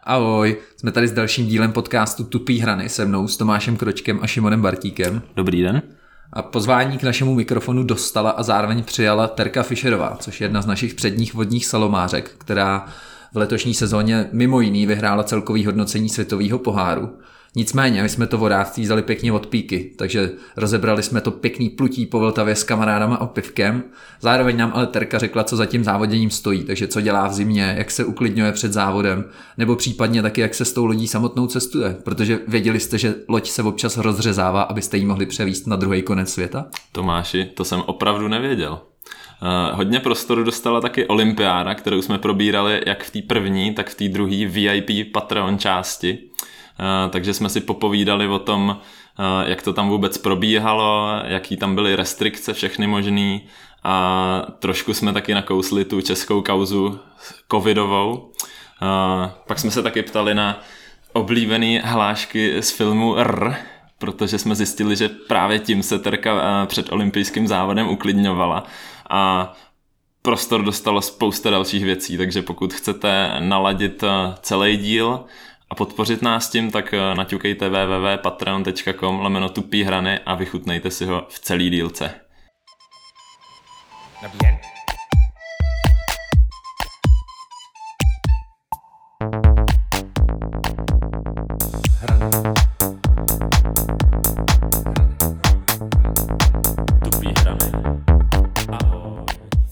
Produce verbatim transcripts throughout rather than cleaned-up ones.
Ahoj, jsme tady s dalším dílem podcastu Tupý hrany se mnou, s Tomášem Kročkem a Šimonem Bartíkem. Dobrý den. A pozvání k našemu mikrofonu dostala a zároveň přijala Terka Fischerová, což je jedna z našich předních vodních salomářek, která v letošní sezóně mimo jiný vyhrála celkový hodnocení světového poháru. Nicméně, my jsme to vodáctví vzali pěkně od píky, takže rozebrali jsme to pěkný plutí po Vltavě s kamarádama a pivkem. Zároveň nám ale Terka řekla, co za tím závoděním stojí, takže co dělá v zimě, jak se uklidňuje před závodem, nebo případně taky, jak se s tou lodí samotnou cestuje, protože věděli jste, že loď se občas rozřezává, abyste ji mohli převízt na druhý konec světa? Tomáši, to jsem opravdu nevěděl. Uh, hodně prostoru dostala taky olympiáda, kterou jsme probírali jak v té první, tak v té druhé V I P Patreon části. Uh, takže jsme si popovídali o tom, uh, jak to tam vůbec probíhalo, jaký tam byly restrikce, všechny možný, a trošku jsme taky nakousli tu českou kauzu covidovou. Uh, pak jsme se taky ptali na oblíbený hlášky z filmu R, protože jsme zjistili, že právě tím se Terka uh, před olympijským závodem uklidňovala a prostor dostalo spousta dalších věcí, takže pokud chcete naladit uh, celý díl a podpořit nás tím, tak naťukejte w w w tečka patreon tečka com lomeno tupý hrany a vychutnejte si ho v celý dílce. Tupý hrany. Ahoj.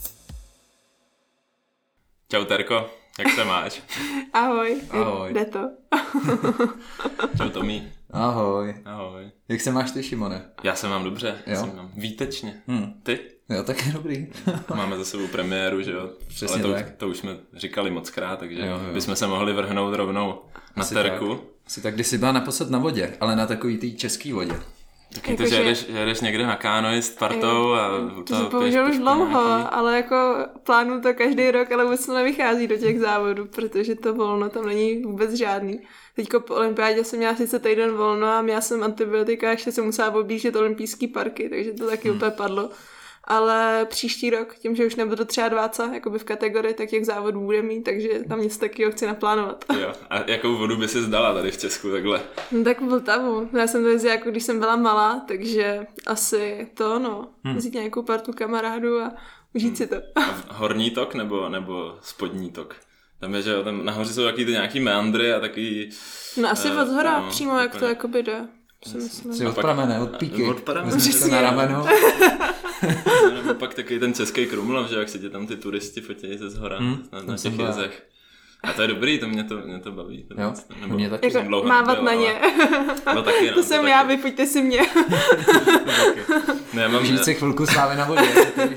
Čau Terko, jak se máš? Ahoj. Ahoj. Jde to. Čau Tomí. Ahoj. Ahoj. Jak se máš ty, Šimone? Já se mám dobře, jo? se mám výtečně. Hmm. Ty? Jo, tak je dobrý. Máme za sebou premiéru, že jo? Přesně ale to, tak. to už jsme říkali mockrát, takže jo, jo. bychom se mohli vrhnout rovnou na Asi Terku. Tak. Asi tak, když jsi byla naposled na vodě, ale na takový té český vodě. Taky jako to, že že... jedeš, že jedeš někde na kánoji s partou a to se bohužel už dlouho, nějaký... ale jako plánuju to každý rok, ale vůbec to nevychází do těch závodů, protože to volno tam není vůbec žádný. Teďko po olympiádě jsem měla sice týden volno a měla jsem antibiotika, ještě jsem musela objíždět olympijský parky, takže to taky hmm. úplně padlo. Ale příští rok, tím, že už nebudu třeba dvacet, jakoby v kategorii, tak těch závodů bude mít, takže tam něco takového chci naplánovat. Jo. A jakou vodu by si zdala tady v Česku takhle? No tak Vltavu. Já jsem to jezdila, jako když jsem byla malá, takže asi to, no. Hmm. Vzít nějakou partu kamarádů a užít hmm. si to. A horní tok nebo, nebo spodní tok? Tam je, že tam nahoře jsou taky ty nějaký meandry a taky... No asi uh, od hora, no, přímo jak to jakoby jde. Si od pramene, od píky. Od pramene. Vezmeš to na rameno. Nebo pak taky ten český Krumlov, že jak si tě tam ty turisti fotějí ze zhora hmm, na, na těch jezech. A to je dobrý, to mě to, mě to baví. To jo, nebo, mě taky. Jako mávat na ně. Ale, no, taky, no, to, to jsem taky. já, vypojďte si mě. Ne, já mám, žít si chvilku slávy na vodě.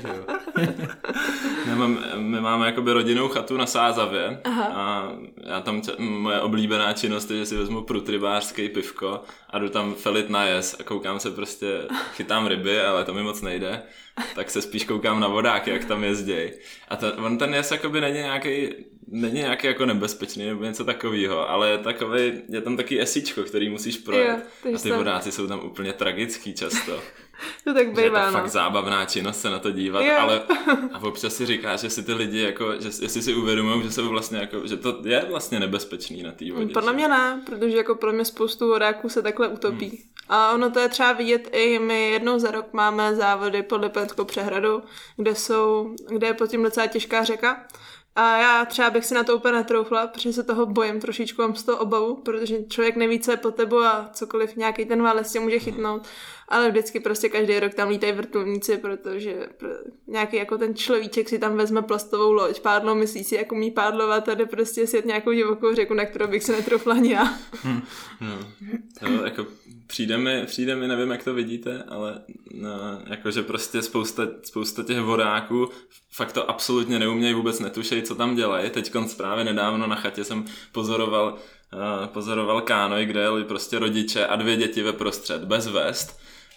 Ne, mám, my máme jakoby rodinnou chatu na Sázavě. Aha. A já tam, moje oblíbená činnost je, že si vezmu prutrybářský pivko a jdu tam felit na jez a koukám se prostě, chytám ryby, ale to mi moc nejde, tak se spíš koukám na vodáky, jak tam jezděj. A ten, on ten jez jakoby není nějaký, není nějaký jako nebezpečný nebo něco takového, ale je takovej, je tam taky esíčko, který musíš projet. Jo, a ty vodáci jsou tam úplně tragický často. To tak bývá, že je to no. fakt zábavná činnost se na to dívat, jo. ale a občas si říkáš, že si ty lidi jako, že jestli si uvědomují, že jsou vlastně jako, že to je vlastně nebezpečný na té vodě. Podle mě ne, protože jako pro mě spoustu vodáků se takhle utopí. Hmm. A ono to je třeba vidět i my jednou za rok máme závody pod Lipenskou přehradou, kde jsou, kde je pod tím docela těžká řeka. A já třeba bych si na to úplně netroufla, protože se toho bojím trošičku, mám z toho obavu, protože člověk neví, co je pod tebou a cokoliv, nějaký ten válec tě může chytnout. Ale vždycky prostě každý rok tam lítají vrtulníci, protože nějaký jako ten človíček si tam vezme plastovou loď, pádlo, myslí si, jak umí pádlovat a jde prostě sjet nějakou divokou řeku, na kterou bych se netroufla ani já. Hmm. No. To jako přijde mi, přijde mi, nevím, jak to vidíte, ale no, jakože prostě spousta, spousta těch vodáků fakt to absolutně neumějí, vůbec netušejí, co tam dělají. Teďkon právě nedávno na chatě jsem pozoroval, uh, pozoroval kánoj, kde jeli prostě rodiče a dvě děti ve prostřed, bez vest.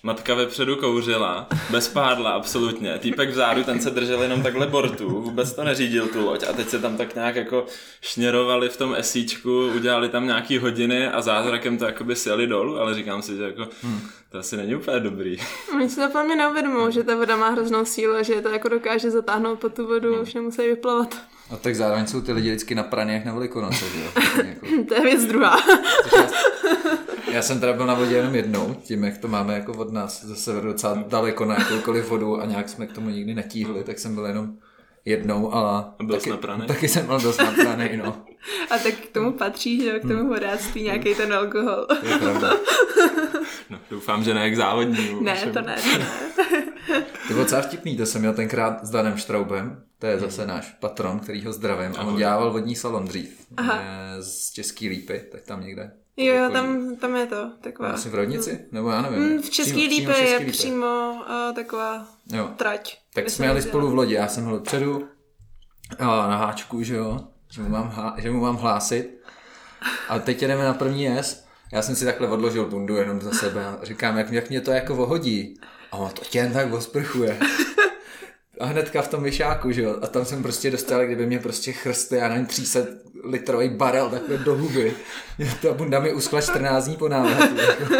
matka vepředu kouřila, bez pádla absolutně. Týpek vzadu, ten se držel jenom takhle bortu, vůbec to neřídil tu loď a teď se tam tak nějak jako šněrovali v tom esíčku, udělali tam nějaký hodiny a zázrakem to jakoby sjeli dolů, ale říkám si, že jako hmm. to asi není úplně dobrý. Oni si to podle mě neuvědomují, že ta voda má hroznou sílu a že to jako dokáže zatáhnout po tu vodu, hmm. už nemusí vyplavat. A tak zároveň jsou ty lidi vždycky napraný jak na Velikonoce, že jo? Jako... to je věc druhá. já, já jsem teda byl na vodě jenom jednou, tím jak to máme jako od nás ze severu docela daleko na jakoukoliv vodu a nějak jsme k tomu nikdy netíhli, tak jsem byl jenom jednou, ale byl taky, napraný. taky jsem byl dost napraný, no. A tak k tomu patří, že jo, k tomu vodáctví nějaký ten alkohol. To je pravda. No, doufám, že ne k závodnímu. Ne, to ne, to ne. To bylo docela vtipný, to jsem měl tenkrát s Danem Štraubem, to je zase náš patron, který ho zdravím, a on dělával vodní salon dřív, z Český Lípy, tak tam někde. Jo, jo, tam, tam je to, taková. Asi v Rodnici? Nebo já nevím. Mm, v Český Lípy je Lípy. Přímo uh, taková jo. trať. Tak jsme jeli spolu v lodi, já jsem byl předu a na háčku, že jo, že mu mám, há, že mu mám hlásit. A teď jdeme na první jez. Já jsem si takhle odložil bundu jenom za sebe a říkám, jak, jak mě to jako vohodí. A on to tě jen tak osprchuje. A hnedka v tom vyšáku, že jo. A tam jsem prostě dostal, kdyby mě prostě chrstl, já nevím, tři sta litrový barel takhle do huby. Ta bunda mi uschla čtrnáct dní po návratu.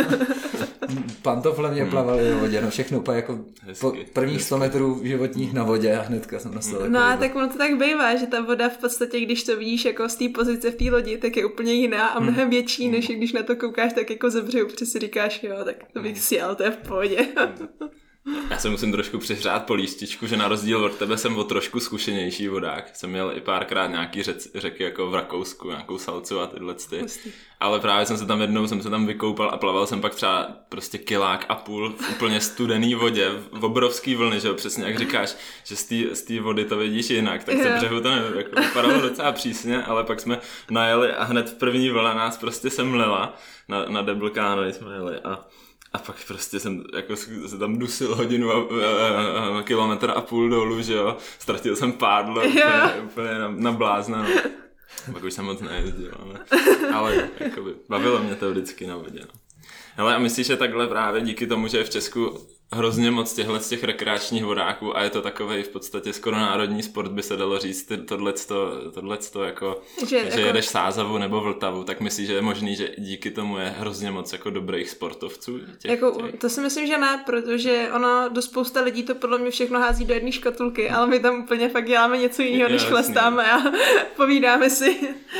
Pantofle mě plavaly do vodě, no všechno úplně jako po prvních sto metrů životních na vodě a hnedka jsem dostal. No a tak ono to tak bývá, že ta voda v podstatě, když to vidíš jako z té pozice v té lodi, tak je úplně jiná a mnohem větší, než když na to koukáš tak jako ze břehu, protože si říkáš, jo, tak to bych si jel, to je v pohodě. Já se musím trošku přihřát po lístičku, že na rozdíl od tebe jsem o trošku zkušenější vodák. Jsem měl i párkrát nějaký řec, řeky jako v Rakousku, nějakou Salcu a tyhle ty. Ale právě jsem se tam jednou, jsem se tam vykoupal a plaval jsem pak třeba prostě kilák a půl v úplně studený vodě, v obrovský vlny, že jo, přesně jak říkáš, že z té vody to vidíš jinak, tak se břehu to nevím, jako vypadalo docela přísně, ale pak jsme najeli a hned v první vlna nás prostě semlila na, na Deblkáno, jsme jeli a A pak prostě jsem jako se tam dusil hodinu a, a, a kilometr a půl dolů, že jo. Ztratil jsem pádlo úplně, úplně na, na blázna, no. Pak už jsem moc nejezdil, ale, ale jakoby, bavilo mě to vždycky na vodě, no. Hele, a myslíš, že takhle právě díky tomu, že je v Česku hrozně moc těchhle z těch rekreačních vodáků a je to takovej v podstatě skoro národní sport, by se dalo říct, tohleto, tohleto jako, že, že jako... jedeš Sázavu nebo Vltavu, tak myslíš, že je možný, že díky tomu je hrozně moc jako dobrých sportovců? Těch, jako, těch... To si myslím, že ne, protože ono do spousta lidí to podle mě všechno hází do jedné škatulky, ale my tam úplně fakt děláme něco jiného, než chlastáme a povídáme si.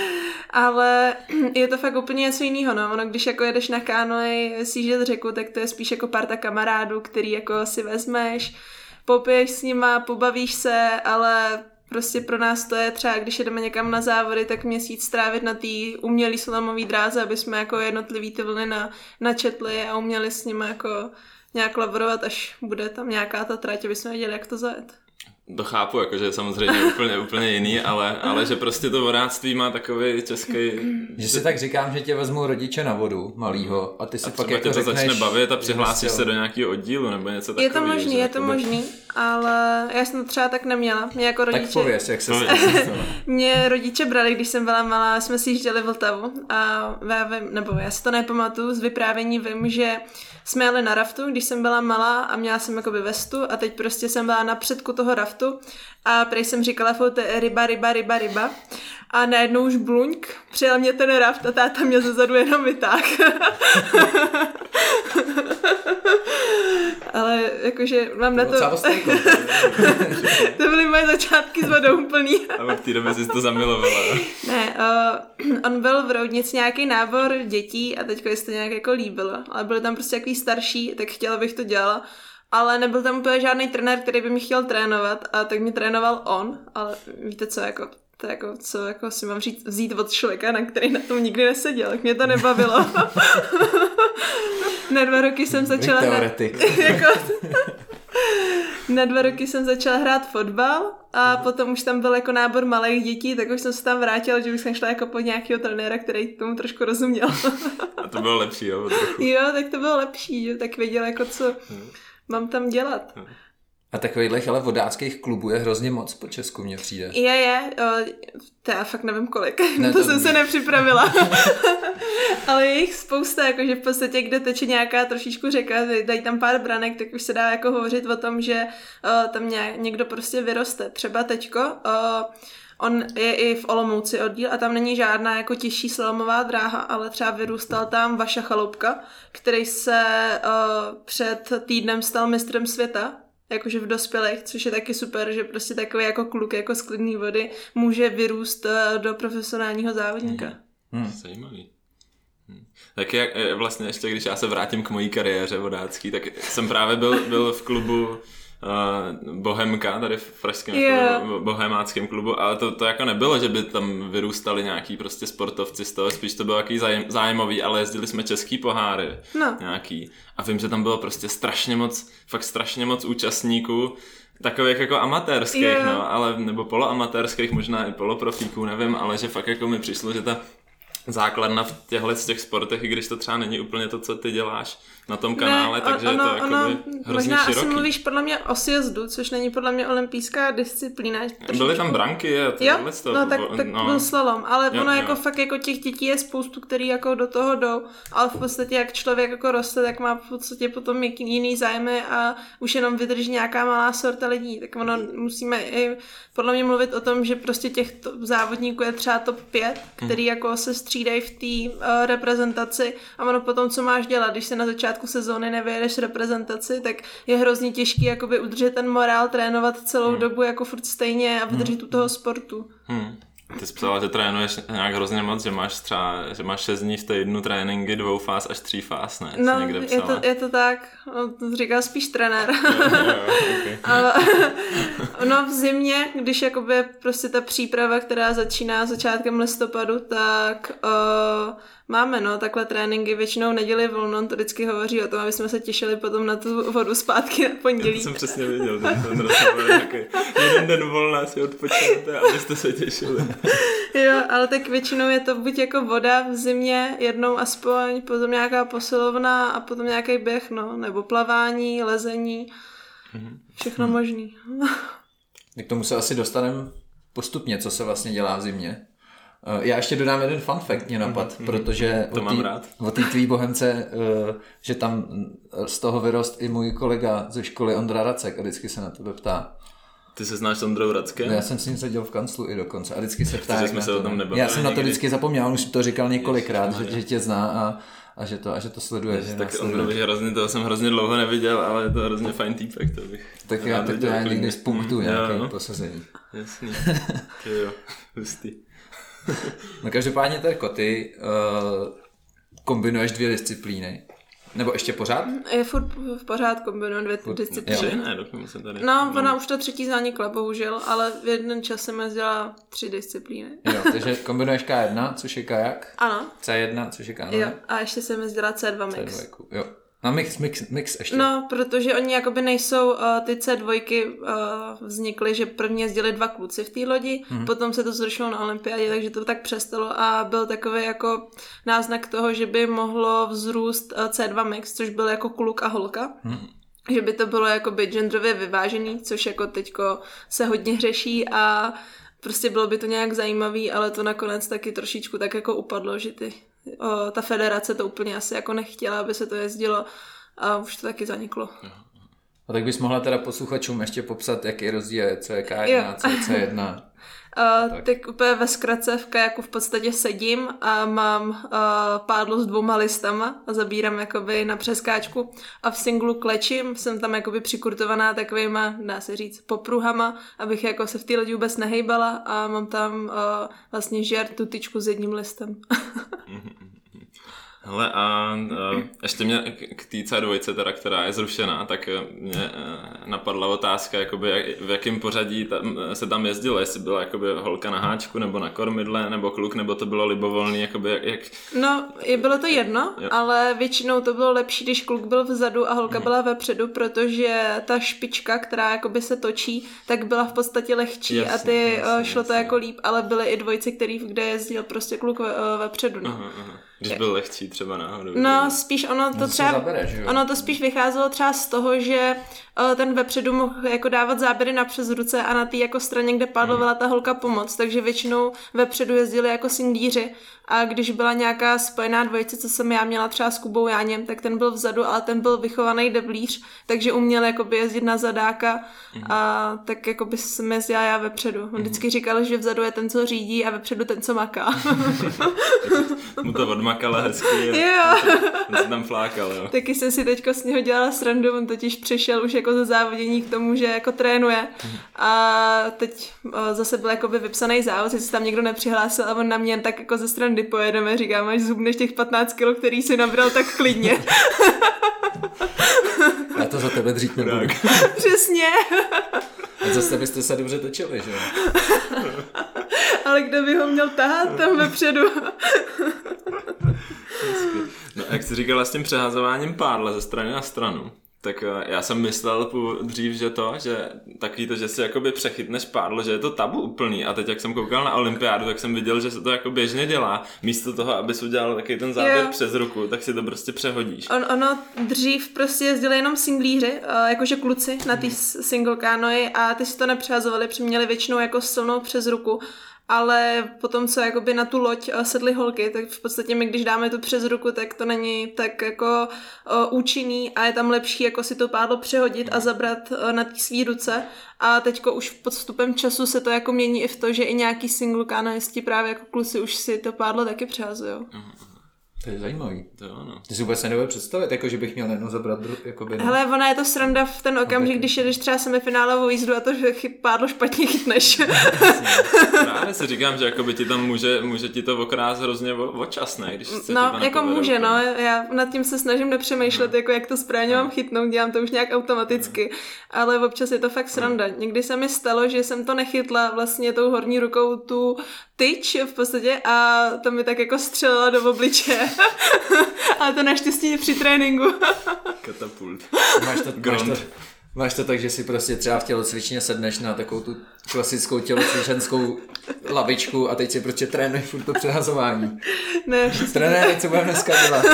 Ale je to fakt úplně něco jiného, no. Ono, když jako jedeš na kánoi sjíždět řeku, tak to je spíš jako parta kamarádů, který jako si vezmeš, popiješ s nima, pobavíš se, ale prostě pro nás to je třeba, když jedeme někam na závody, tak měsíc strávit na té umělý slalomové dráze, aby jsme jako jednotlivý ty vlny na, načetli a uměli s nimi jako nějak laborovat, až bude tam nějaká ta trať, aby jsme věděli, jak to zajet. To chápu, jakože je samozřejmě úplně, úplně jiný, ale, ale že prostě to vodáctví má takový český... Že si tak říkám, že tě vezmou rodiče na vodu malýho a ty si a pak jako tě to řekneš... začne bavit a přihlásíš se do nějakého oddílu nebo něco takového. Je to možný, je to jakoby... možný, ale já jsem to třeba tak neměla. Mě jako rodiče... Tak pověz, jak se Mě rodiče brali, když jsem byla malá, jsme si jížděli Vltavu a já vím, nebo já si to nepamatuju, z vyprávění vím, že jsme jeli na raftu, když jsem byla malá a měla jsem jakoby vestu a teď prostě jsem byla na předku toho raftu a prej jsem říkala furt ryba, ryba, ryba, ryba a najednou už bluňk, přijel mě ten raft a táta mě zezadu jenom vytáhl. Ale jakože mám na to... To byly moje začátky s vodou plný. A v té době jsi to zamilovala. Ne, uh, on byl v Roudnici nějaký nábor dětí a teďko se to nějak jako líbilo, ale byli tam prostě jaký starší, tak chtěla bych to dělat. Ale nebyl tam úplně žádný trenér, který by mi chtěl trénovat a tak mě trénoval on, ale víte co, jako, to jako, co jako si mám říct, vzít od člověka, na který na tom nikdy neseděl, tak mě to nebavilo. Na dva roky jsem začala hrát, jako, na dva roky jsem začala hrát fotbal a potom už tam byl jako nábor malých dětí, tak už jsem se tam vrátila, že už jsem šla jako pod nějakého trenéra, který tomu trošku rozuměl. A to bylo lepší, jo? Jo, tak to bylo lepší, jo? Tak věděl jako co... Mám tam dělat. A takových ale vodáckých klubů je hrozně moc po Česku, mně přijde. Je, je. O, to já fakt nevím kolik. Ne, to, to jsem se nepřipravila. Ale je jich spousta, jakože v podstatě, kde teče nějaká trošičku řeka, dají tam pár branek, tak už se dá jako hovořit o tom, že uh, tam někdo prostě vyroste. Třeba teďko, uh, on je i v Olomouci oddíl a tam není žádná jako těžší slalomová dráha, ale třeba vyrůstal tam Vaša Chaloupka, který se uh, před týdnem stal mistrem světa, jakože v dospělých, což je taky super, že prostě takový jako kluk jako z klidný vody může vyrůst uh, do profesionálního závodníka. Hmm. Zajímavý. Hmm. Tak jak vlastně ještě, když já se vrátím k mojí kariéře vodácký, tak jsem právě byl, byl v klubu uh, Bohemka, tady v pražském yeah. jako bohemáckém klubu, ale to, to jako nebylo, že by tam vyrůstali nějaký prostě sportovci z toho, spíš to bylo jaký zájem, zájmový, ale jezdili jsme český poháry no. nějaký a vím, že tam bylo prostě strašně moc, fakt strašně moc účastníků, takových jako amatérských, yeah. no, ale nebo poloamatérských, možná i poloprofíků, nevím, ale že fakt jako mi přišlo, že ta základna v těchto z těch sportech, i když to třeba není úplně to, co ty děláš na tom kanále, ne, takže ono, je to jako hrozně možná široký. Možná asi mluvíš podle mě o sjezdu, což není podle mě olympijská disciplína. Trošičku. Byly tam branky, je, to jo? To, no tak, tak no. byl slalom, ale jo, ono jo. jako fakt jako těch dětí je spoustu, který jako do toho jdou, ale v podstatě jak člověk jako roste, tak má v podstatě potom jiný zájmy a už jenom vydrží nějaká malá sorta lidí, tak ono musíme i podle mě mluvit o tom, že prostě těch závodníků je třeba top pět, který hmm. jako se střídají v té uh, reprezentaci a ono potom, co máš dělat, když se na začátku sezóny nevyjedeš reprezentaci, tak je hrozně těžký jakoby udržet ten morál, trénovat celou hmm. dobu jako furt stejně a vydržet hmm. u toho sportu. Hmm. Ty jsi psala, že trénuješ nějak hrozně moc, že máš třeba, že máš šest dní v týdnu tréninky, dvou fáz až tří fáz, ne? No, je to, je to tak, to říkal spíš trenér. Jo, jo, okay. Ale no v zimě, když jakoby prostě ta příprava, která začíná začátkem listopadu, tak uh, máme no takhle tréninky, většinou neděli volno, to vždycky hovoří o tom, aby jsme se těšili potom na tu vodu zpátky na pondělí. Já to jsem přesně věděl, ten, ten rozhovor nějaký. Jeden den volna si odpočinete, abyste se těšili. Jo, ale tak většinou je to buď jako voda v zimě, jednou aspoň, potom nějaká posilovna a potom nějaký běh, no, nebo plavání, lezení, všechno hmm. možný. K tomu se asi dostaneme postupně, co se vlastně dělá v zimě. Já ještě dodám jeden fun fact, mě napad, mm, protože o té tvý Bohemce, že tam z toho vyrost i můj kolega ze školy Ondra Racek a vždycky se na tebe ptá. Ty se znáš s Ondrou Rackem? Já jsem s ním seděl v kanclu i dokonce a vždycky se ptá. Jsme se o tom nebavili. Já jsem na to vždycky zapomněl, on už to říkal několikrát, že, že tě zná a, a, že, to, a že to sleduje. Jež, tak Ondru bych hrozně, toho jsem hrozně dlouho neviděl, ale je to hrozně fajn týpek, to bych. Tak já, tak to já někdy z punktu nějaké no. posazení. Jasný, jo, hustý. No každopádně, Terko, ty uh, kombinuješ dvě disciplíny. Nebo ještě pořád? Je furt v pořád kombinuju dvě furt, disciplíny. Tři, ne, dokonce se tady. No, ona no. už to třetí zanikla, bohužel, ale v jeden čas jsem jezdila tři disciplíny. Jo, takže kombinuješ K jedna, což je kajak. Ano. C jedna, což je kanoe. Jo, a ještě jsem jezdila C dva mix. C dva, jo. A mix, mix, mix ještě. No, protože oni jakoby nejsou, uh, ty C dva uh, vznikly, že první jezdili dva kluci v té lodi, mm. potom se to zrušilo na olympiádě, takže to tak přestalo a byl takový jako náznak toho, že by mohlo vzrůst uh, C dva mix, což byl jako kluk a holka. Mm. Že by to bylo jakoby genderově vyvážený, což jako teďko se hodně řeší a prostě bylo by to nějak zajímavý, ale to nakonec taky trošičku tak jako upadlo, že ty O, ta federace to úplně asi jako nechtěla, aby se to jezdilo a už to taky zaniklo. A tak bys mohla teda posluchačům ještě popsat, jaký rozdíl je, co je K jedna a co je C jedna. Uh, tak. tak úplně ve zkratce v kajaku v podstatě sedím a mám uh, pádlo s dvouma listama a zabírám jakoby na přeskáčku a v singlu klečím, jsem tam jakoby přikurtovaná takovýma, dá se říct, popruhama, abych jako se v té lodi vůbec nehejbala a mám tam uh, vlastně žert, tu tyčku s jedním listem. Hele a uh, ještě mě k té C dva, teda, která je zrušená, tak mě uh, napadla otázka, jakoby, jak, v jakém pořadí tam, se tam jezdilo, jestli byla jakoby, holka na háčku, nebo na kormidle, nebo kluk, nebo to bylo libovolný, jakoby, jak, jak... No, bylo to jedno, jo. Ale většinou to bylo lepší, když kluk byl vzadu a holka hmm. byla vepředu, protože ta špička, která jakoby se točí, tak byla v podstatě lehčí jasně, a ty jasně, šlo jasně. to jako líp, ale byly i dvojci, který, kde jezdil prostě kluk ve, vepředu. No. Aha, aha. Když byl lehčí třeba náhodou. No spíš ono to třeba, zabere, ono to spíš vycházelo třeba z toho, že uh, ten vepředu mohl jako dávat záběry na přes ruce a na té jako straně, kde padlovala ta holka pomoc, takže většinou vepředu jezdili jako sindíři a když byla nějaká spojená dvojice, co jsem já měla třeba s Kubou Jáněm, tak ten byl vzadu, ale ten byl vychovaný deblíř, takže uměl jakoby jezdit na zadáka a tak jakoby jsem jezdila já vepředu. On vždycky říkal, že vzadu je ten, co řídí a vepředu ten, co maká. Mu to odmakala hezky. Jo. On se tam flákal, jo. Taky jsem si teďko s něho dělala srandu, on totiž přešel už jako ze závodění k tomu, že jako trénuje a teď o, zase byl jakoby vypsaný závod, jestli se tam někdo nepřihlásil a on na mě jen tak jako ze strandy pojedeme, říkám, až zhubneš těch patnáct kilo, který si nabral, tak klidně. Já to za tebe dřít nebudu. Přesně. A zase byste se dobře točili, že jo? Ale kdo by ho měl tahat tam vepředu? No, jak jsi říkala s tím přehazováním pádle ze strany na stranu, tak já jsem myslel dřív, že to, že takový to, že si jakoby přechytneš pádlo, že je to tabu úplný. A teď, jak jsem koukal na olympiádu, tak jsem viděl, že se to jako běžně dělá. Místo toho, abys udělal takový ten záběr jo. přes ruku, tak si to prostě přehodíš. On, ono dřív prostě jezdili jenom singlíři, jakože kluci na ty single kanoji a ty si to nepřehazovali, protože měli většinou jako silnou přes ruku. Ale potom, co jakoby na tu loď sedly holky, tak v podstatě my, když dáme to přes ruku, tak to není tak jako uh, účinný a je tam lepší jako si to pádlo přehodit a zabrat uh, na té svý ruce. A teďko už pod vstupem času se to jako mění i v to, že i nějaký single kanoisti právě jako kluci už si to pádlo taky přehazujou. To je zajímavý. To jo, no. Ty si vůbec nedovedu představit, jako že bych měl jednou zabrat dru- jakoby, no. Hele, ona je to sranda v ten okamžik, když jedeš třeba semifinálovou jízdu a to, že chyb, pádlo špatně chytneš. Právě si říkám, že jakoby ti tam může, může ti to okrást hrozně o, o čas, ne? Když se no, jako může, no. Já nad tím se snažím nepřemýšlet, no. jako jak to správně mám chytnout, dělám to už nějak automaticky. No. Ale občas je to fakt sranda. No. Někdy se mi stalo, že jsem to nechytla vlastně tou horní rukou tu tyč v podstatě a to mi tak jako střelila do obličeje. Ale to naštěstí při tréninku. Katapult. Máš to, máš, to, máš to tak, že si prostě třeba v tělocvičně sedneš na takovou tu klasickou tělocvičenskou lavičku a teď si prostě trénuješ furt to přehazování. Ne, trenéry, co budeme dneska dělat?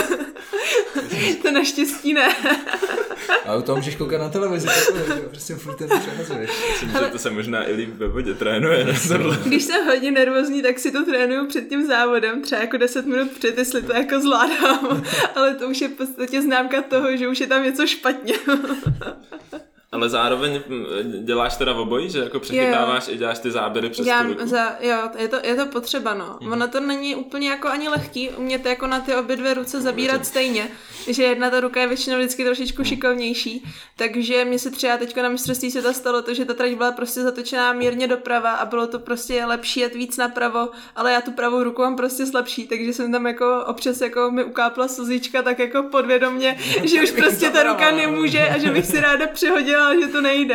To naštěstí ne. A u toho můžeš koukat na televizi, takhle, že prostě furt ten přehazuješ. Myslím, že to se možná i líp ve vodě trénuje. Když jsem hodně nervózní, tak si to trénuju před tím závodem, třeba jako deset minut před, jestli to jako zvládám. Ale to už je v podstatě známka toho, že už je tam něco špatně. Ale zároveň děláš teda obojí, že jako přechytáváš i děláš ty záběry přes tu ruku? Za, jo, je to, je to potřeba, no. Mm. Ono to není úplně jako ani lehký, umět jako na ty obě dvě ruce zabírat stejně, že jedna ta ruka je většinou vždycky trošičku šikovnější, takže mě se třeba teďko na mistrovství světa stalo to, že ta trať byla prostě zatočená mírně doprava a bylo to prostě lepší jet víc napravo, ale já tu pravou ruku mám prostě slabší, takže jsem tam jako občas jako mi ukápla slzička tak jako podvědomě, že už prostě ta ruka nemůže a že bych si ráda přihodila, že to nejde.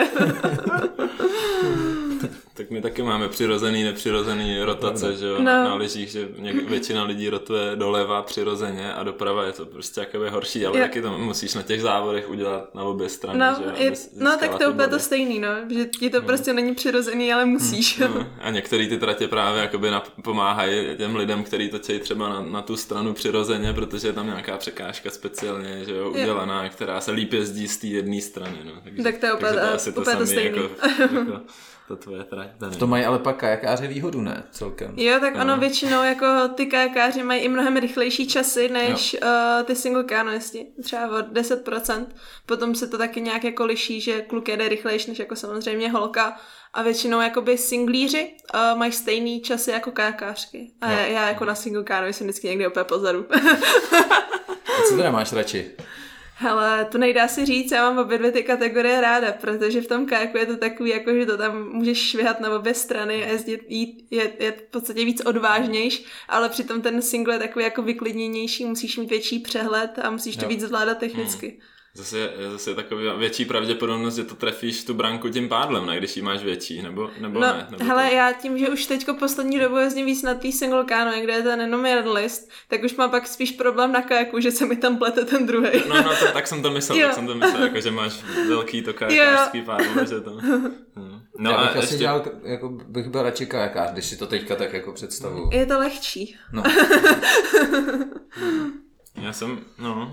Tak my taky máme přirozený, nepřirozený rotace, že jo, no. na, na lyžích, že něk, většina lidí rotuje doleva přirozeně a doprava je to prostě jakoby horší, ale jo. taky to musíš na těch závodech udělat na obě strany, no, že jo. Je, no tak to je úplně to stejný, no, že ti to no. prostě není přirozený, ale musíš. No. A některé ty tratě právě jakoby pomáhají těm lidem, kteří točí třeba na, na tu stranu přirozeně, protože je tam nějaká překážka speciálně, že jo, udělaná, jo. která se líp jezdí z té jedné strany, no. Takže, tak to je úplně to, to, to stejný. Jako, jako, to tvoje trať. To mají ale pak kajakáři výhodu, ne? Celkem. Jo, tak ono no. většinou jako ty kajakáři mají i mnohem rychlejší časy než uh, ty single kanoisti. Třeba o deset procent. Potom se to taky nějak jako liší, že kluk jede rychlejší než jako samozřejmě holka. A většinou jakoby singlíři uh, mají stejný časy jako kajakářky. A já, já jako na single kanoi jsem vždycky někdy opět pozadu. A co teda máš radši? Hele, to nejde asi říct, já mám obě dvě ty kategorie ráda, protože v tom kajaku je to takový, jako, že to tam můžeš švihat na obě strany a jezdit, jít, je, je v podstatě víc odvážnější, ale přitom ten single je takový jako vyklidněnější, musíš mít větší přehled a musíš to jo. víc zvládat technicky. Hmm. Zase je zase takový větší pravděpodobnost, že to trefíš tu branku tím pádlem, ne, když ji máš větší, nebo, nebo no, ne? Nebo hele, to... já tím, že už teďko poslední dobu jezdím víc na tý single canoe, kde je ten jenom jeden list, tak už mám pak spíš problém na kajaku, že se mi tam plete ten druhý. No, no, to, tak jsem to myslel, jo. tak jsem to myslel, jako, že máš velký to kajakářský pádlo, že to... No, já bych asi ještě... dělal, jako bych byl radši kajakář, když si to teďka tak jako představuju. Je to lehčí. No. Já jsem, no...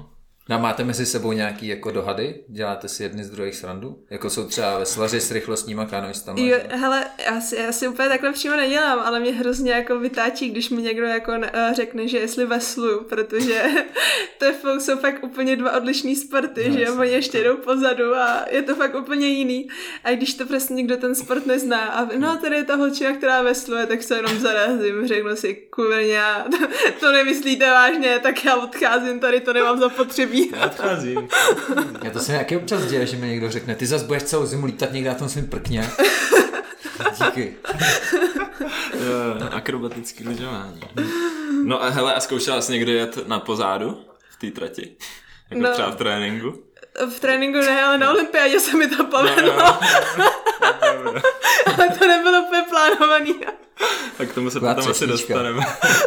No, máte mezi sebou nějaký jako dohady? Děláte si jedny z druhých srandu? Jako jsou třeba veslaři s rychlostníma kanoistama? Jo, hele, já si, já si úplně takhle přímo nedělám, ale mě hrozně jako vytáčí, když mi někdo jako ne, řekne, že jestli vesluju, protože to je, jsou fakt úplně dva odlišný sporty, no, že oni ještě jdou pozadu a je to fakt úplně jiný. A když to prostě někdo ten sport nezná a no, tady je ta holčina, která vesluje, tak se jenom zarazím, řeknu si, kurňa, to, to nemyslíte vážně, tak já odcházím, tady to nemám zapotřebí. Já odcházím. Já to se nějaký občas děje, že mi někdo řekne, ty zas budeš celou zimu lítat někde na tom svým prkně. Díky. Jo, akrobatický lyžování. No a hele, a zkoušela jsi někdy jet na pozádu v té trati? Jako no, třeba v tréninku? V tréninku ne, ale na olympiádě se mi to povedlo. No, no. Ale to nebylo úplně plánovaný. Tak k tomu se potom asi dostaneme.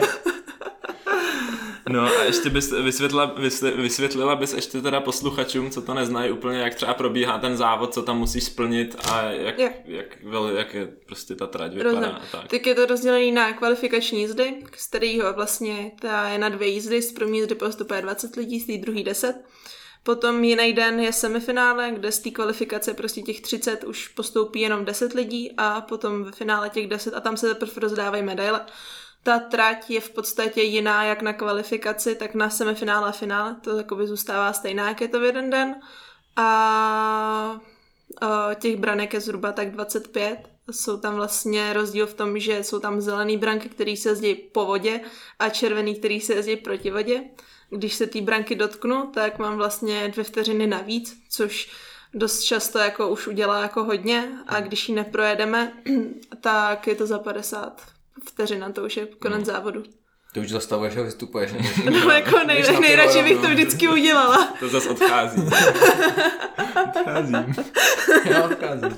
No a ještě bys vysvětlila, vysvětlila bys ještě teda posluchačům, co to neznají úplně, jak třeba probíhá ten závod, co tam musíš splnit a jak, jak, jak, jak je prostě ta trať vypadá a tak. Tak je to rozdělený na kvalifikační jízdy, z kterého vlastně ta je na dvě jízdy, z první jízdy postupuje dvacet lidí, z té druhý deset. Potom jiný den je semifinále, kde z té kvalifikace prostě těch třicet už postoupí jenom deset lidí a potom ve finále těch deset a tam se teprve rozdávají medaile. Ta trať je v podstatě jiná jak na kvalifikaci, tak na semifinále a finále. To jakoby zůstává stejná, jak je to v jeden den. A těch branek je zhruba tak dvacet pět. Jsou tam vlastně rozdíl v tom, že jsou tam zelený branky, které se jezdí po vodě a červený, které se jezdí proti vodě. Když se té branky dotknu, tak mám vlastně dvě vteřiny navíc, což dost často jako už udělá jako hodně a když ji neprojedeme, tak je to za padesát vteřina, to už je konec hmm. závodu. Ty už zastavuješ a vystupuješ. No jako nej, nejradši bych to vždycky udělala. To zase odchází. Odcházím. Já odcházím.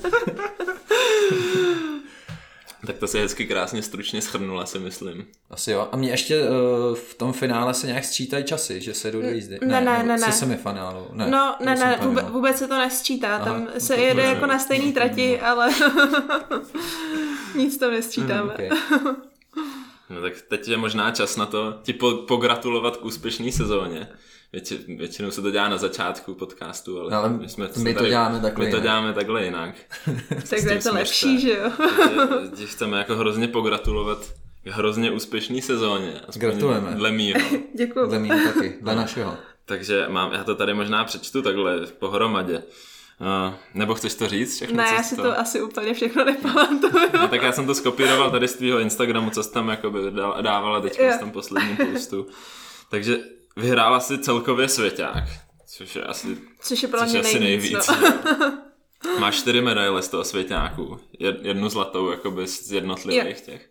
Tak to se hezky krásně stručně shrnula, si myslím. Asi jo. A mě ještě uh, v tom finále se nějak sčítají časy, že se jdou do jízdy. Ne, ne, ne. Se ne. semifinálu. Ne, no, ne, ne, vůbec, vůbec se to nesčítá. Aha, tam se to jede jako na stejný trati, ale nic to nesčítáme. Mm, okay. No tak teď je možná čas na to ti po- pogratulovat k úspěšné sezóně. Větši, většinou se to dělá na začátku podcastu, ale, ale my, jsme my to tady, děláme takhle my jinak. to děláme takhle jinak. Tak je to lepší, že jo? Ti chceme jako hrozně pogratulovat k hrozně úspěšné sezóně. Gratulujeme. Dle mýho. Děkuju. Dle mýho taky, dle našeho. Takže mám, já to tady možná přečtu takhle pohromadě. Uh, nebo chceš to říct všechno? Ne, já si to... to asi úplně všechno nepamatuju. No, tak já jsem to skopíroval tady z tvýho Instagramu, co jsi tam jakoby dávala teď v tom posledním postu. Takže vyhrála si celkově svěťák, což je asi, což je, což je asi nejvíc. nejvíc no. Máš čtyři medaile z toho svěťáku, jednu zlatou jakoby z jednotlivých těch.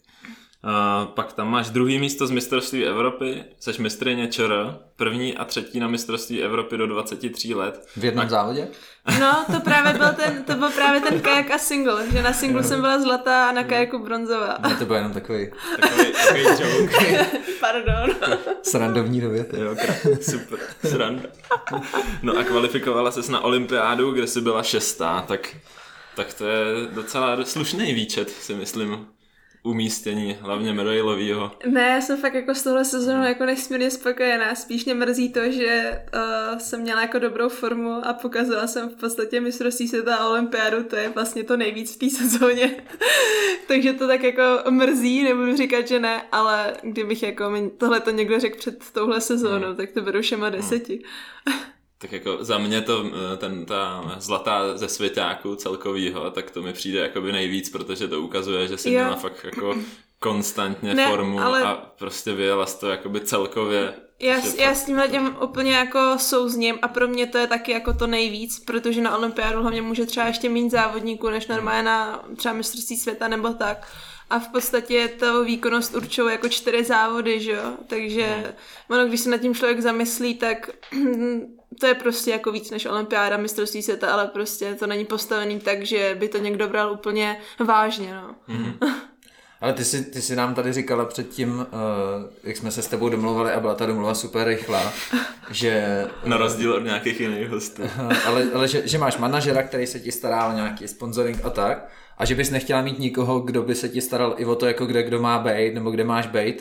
Uh, pak tam máš druhý místo z mistrovství Evropy, seš mistryně ČR, první a třetí na mistrovství Evropy do dvaceti tří let. V jednom a... závodě? No, to právě byl ten, to byl právě ten kajak a single, že na singlu jsem byla zlatá a na kajaku bronzová. Ne, to byl jenom takový... Takový, takový joke. Pardon. Srandovní dověty. Jo, super, sranda. No a kvalifikovala ses na olympiádu, kde jsi byla šestá, tak, tak to je docela slušný výčet, si myslím. Umístění, hlavně medailovýho. Ne, já jsem fakt jako s touhle sezónou jako nesmírně spokojená. Spíš mě mrzí to, že uh, jsem měla jako dobrou formu a pokazala jsem v podstatě mistrovství světa a olympiádu, to je vlastně to nejvíc v té sezóně. Takže to tak jako mrzí, nebudu říkat, že ne, ale kdybych jako mi tohleto někdo řekl před touhle sezónou, hmm. tak to beru všema deseti. Hmm. Tak jako za mě to, ten, ta zlatá ze svěťáku celkovýho, tak to mi přijde jakoby nejvíc, protože to ukazuje, že jsi měla fakt jako konstantně ne, formu ale... a prostě vyjela jsi to jakoby celkově. Já, já s tímhle těm úplně jako souzním a pro mě to je taky jako to nejvíc, protože na olympiádu hlavně může třeba ještě méně závodníků, než normálně na třeba mistrovství světa nebo tak. A v podstatě to výkonnost určují jako čtyři závody, že jo? Takže ono, když se nad tím člověk zamyslí, tak to je prostě jako víc než olympiáda, mistrovství světa, ale prostě to není postavený tak, že by to někdo bral úplně vážně, no. Mm-hmm. Ale ty jsi, ty jsi nám tady říkala předtím, uh, jak jsme se s tebou domluvali a byla ta domluva super rychlá, že... Na rozdíl od nějakých jiných hostů. ale ale že, že máš manažera, který se ti stará o nějaký sponsoring a tak, a že bys nechtěla mít nikoho, kdo by se ti staral i o to, jako kde kdo má bejt, nebo kde máš bejt,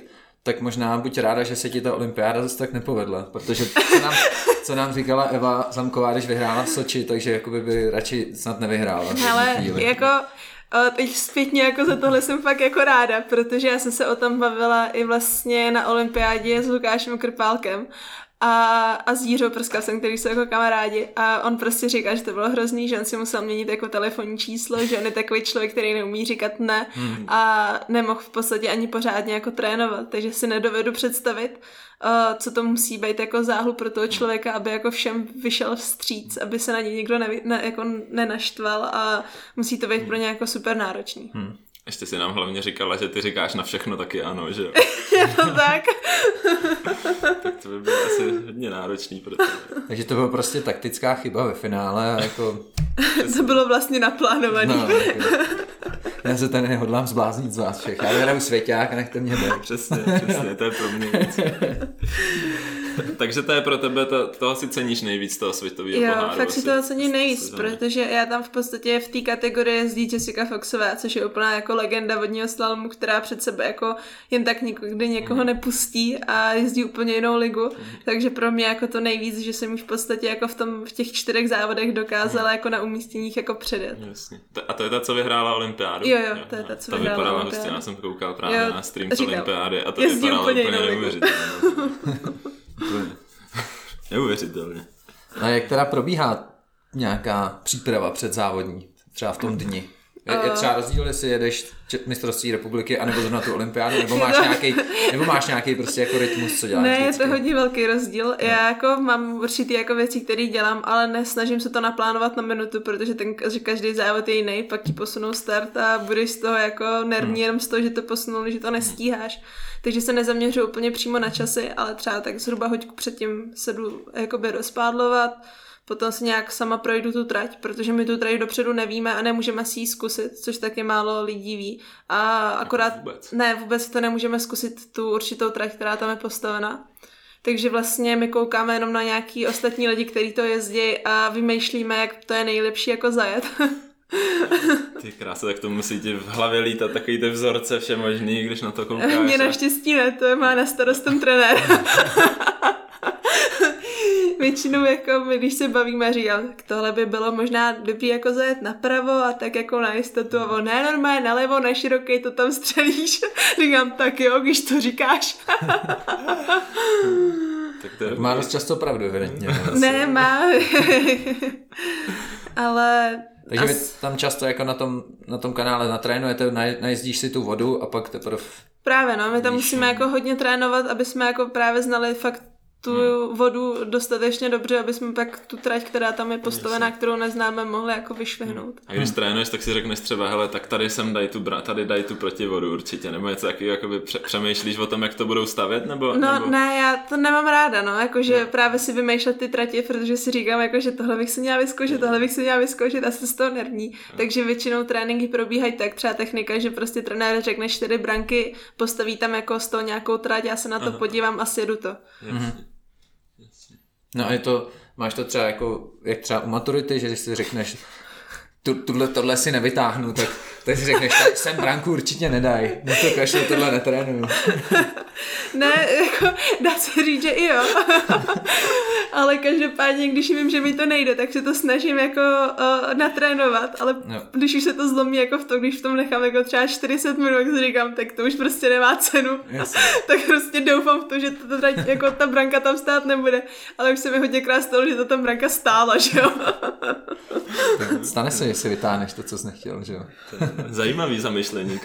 tak možná buď ráda, že se ti ta olympiáda zase tak nepovedla, protože co nám, co nám říkala Eva Zamková, když vyhrála v Soči, takže jakoby by radši snad nevyhrála. Ale jako teď zpětně jako za tohle jsem fakt jako ráda, protože já jsem se o tom bavila i vlastně na olympiádě s Lukášem Krpálkem a, a s Jiřou Prskavcem, který jsou jako kamarádi a on prostě říká, že to bylo hrozný, že on si musel měnit jako telefonní číslo, že on je takový člověk, který neumí říkat ne a nemohl v podstatě ani pořádně jako trénovat, takže si nedovedu představit, Uh, co to musí být jako záhlu pro toho člověka, aby jako všem vyšel vstříc, aby se na něj nikdo ne, ne, jako nenaštval a musí to být pro ně jako super náročný. Hmm. Ještě si nám hlavně říkala, že ty říkáš na všechno taky ano, že jo? Je to tak? Tak to by bylo asi hodně náročný pro tebe. Takže to byla prostě taktická chyba ve finále a jako... To bylo vlastně naplánovaný. No, jako... Já se tady nehodlám zbláznit z vás všech. Já hraju svěťák a nechte mě být. Přesně, přesně, to je pro mě víc. Takže to je pro tebe, to, toho si ceníš nejvíc, toho světového jo, poháru. Jo, fakt si toho cením nejvíc, protože já tam v podstatě v té kategorii jezdí Jessica Foxová, což je úplná jako legenda vodního slalomu, která před sebe jako jen tak nikdy někoho mm. nepustí a jezdí úplně jinou ligu, mm. takže pro mě jako to nejvíc, že jsem už v podstatě jako v, tom, v těch čtyřech závodech dokázala mm. jako na umístěních jako předet. Jasně. A to je ta, co vyhrála olympiádu? Jo, jo, to je ta, co to vyhrála vypadala olympiádu. Já jsem koukal právě jo, na stream z olympiády a to jezdí vypadalo úplně, úplně neuvěřitelně. Neuvěřitelně. A jak teda probíhá nějaká příprava předzávodní, třeba v tom dni? Je, je třeba rozdíl, jestli jedeš mistrovství republiky, anebo zrovna tu olympiádu, nebo máš nějaký, nebo máš nějaký prostě jako rytmus, co děláš Ne, vždycky? je to hodně velký rozdíl. No. Já jako mám určitý jako věci, které dělám, ale nesnažím se to naplánovat na minutu, protože ten, že každý závod je jiný, pak ti posunou start a budeš z toho jako nervní hmm. jenom z toho, že to posunul, že to nestíháš. Takže se nezaměřuji úplně přímo na časy, ale třeba tak zhruba hoďku předtím se jdu jakoby rozpádlovat, potom si nějak sama projdu tu trať, protože my tu trať dopředu nevíme a nemůžeme si ji zkusit, což taky málo lidí ví. A akorát, vůbec. ne, vůbec to nemůžeme zkusit tu určitou trať, která tam je postavena. Takže vlastně my koukáme jenom na nějaký ostatní lidi, kteří to jezdí a vymýšlíme, jak to je nejlepší jako zajet. Ty krása, tak to musí ti v hlavě lítat takový ty vzorce všemožný, když na to koukáš. Mě naštěstí ne, to má na starost ten trenér. Většinou jako my, když se bavíme, říkám, tak tohle by bylo možná dobrý jako zajet napravo a tak jako na jistotu a on, ne, normálně nalevo, na širokej to tam střelíš. Říkám, tak jo, když to říkáš. Tak to je má dost často pravdu, evidentně. Ne, má. Ale... Takže as... vy tam často jako na tom, na tom kanále natrénujete, najezdíš si tu vodu a pak teprve... Právě no, my tam musíme jako hodně trénovat, aby jsme jako právě znali fakt tu vodu dostatečně dobře, aby jsme pak tu trať, která tam je postavená, kterou neznáme, mohli jako vyšvihnout. A když trénuješ, tak si řekneš třeba, hele, tak tady sem daj tu, tady daj tu protivodu určitě, nebo něco takového, jakoby přemýšlíš o tom, jak to budou stavět, nebo... No nebo... ne, já to nemám ráda, no, jakože no. Právě si vymýšlet ty trati, protože si říkám, jako, že tohle bych si měla vyzkoušet, tohle bych si měla vyzkoušet a jsem z toho nervní. No. Takže většinou tréninky probíhají tak, třeba technika, že prostě trenér řekne čtyři branky, postaví tam jako z toho nějakou trať, já se na to Aha. podívám a sjedu to. Mhm. No a je to, máš to třeba jako, jak třeba u maturity, že když si řekneš, tu, tuhle, tohle si nevytáhnu, tak, tak si řekneš, tak sem branku určitě nedaj, no to kašlu, tohle netrénuju. Ne, jako dá se říct, že i jo. Ale každopádně, když vím, že mi to nejde, tak se to snažím jako uh, natrénovat, ale no. Když už se to zlomí jako v tom, když v tom nechám jako třeba čtyřicet minut, tak si říkám, tak to už prostě nemá cenu. Jasně. Tak prostě doufám v to, že to, to, jako ta branka tam stát nebude. Ale už se mi hodně krát stalo, že to tam branka stála, že jo. Stane se, jestli vytáhneš to, co jsi nechtěl, že jo. Zajímavý zamyšlení.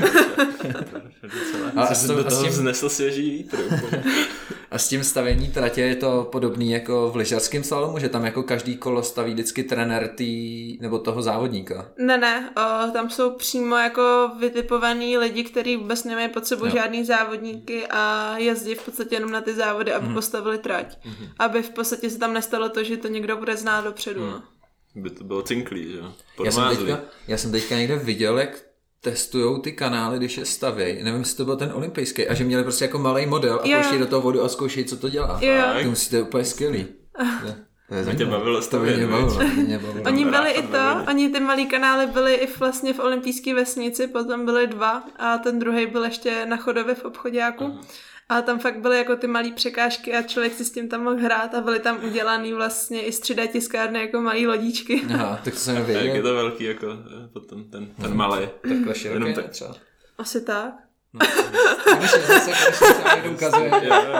A jsi do toho vznesl svěží vítr. A s tím stavění tratě je to podobný jako v lyžařském slalomu, že tam jako každý kolo staví vždycky trenér tý, nebo toho závodníka? Ne, ne, o, tam jsou přímo jako vytipovaný lidi, kteří vůbec nemají pod sebou no. žádný závodníky a jezdí v podstatě jenom na ty závody, aby mm. postavili trať. Mm. Aby v podstatě se tam nestalo to, že to někdo bude znát dopředu. Mm. No. By to bylo cinklý, že jo? Já jsem, teďka, já jsem teďka někde viděl, jak testujou ty kanály, když je stavěj. Nevím, jestli to byl ten olympijský. A že měli prostě jako malej model a pouští do toho vodu a zkoušejí, co to dělá. Jo. To musíte úplně skvělý. To tě bavilo stavět, mě bavilo, mě bavilo. Oni byli i to, oni ty malý kanály byli i vlastně v olympijské vesnici, potom byly dva a ten druhý byl ještě na Chodově v obchodáku. Aha. A tam fakt byly jako ty malý překážky a člověk si s tím tam mohl hrát a byly tam udělaný vlastně i z tři dé tiskárny jako malý lodíčky. Aha, tak to jsem nevěděl. Jak je to velký jako potom ten, ten malý. Takhle široký tak třeba. Asi tak. No, konečně zase, konečně se vám ukazuje.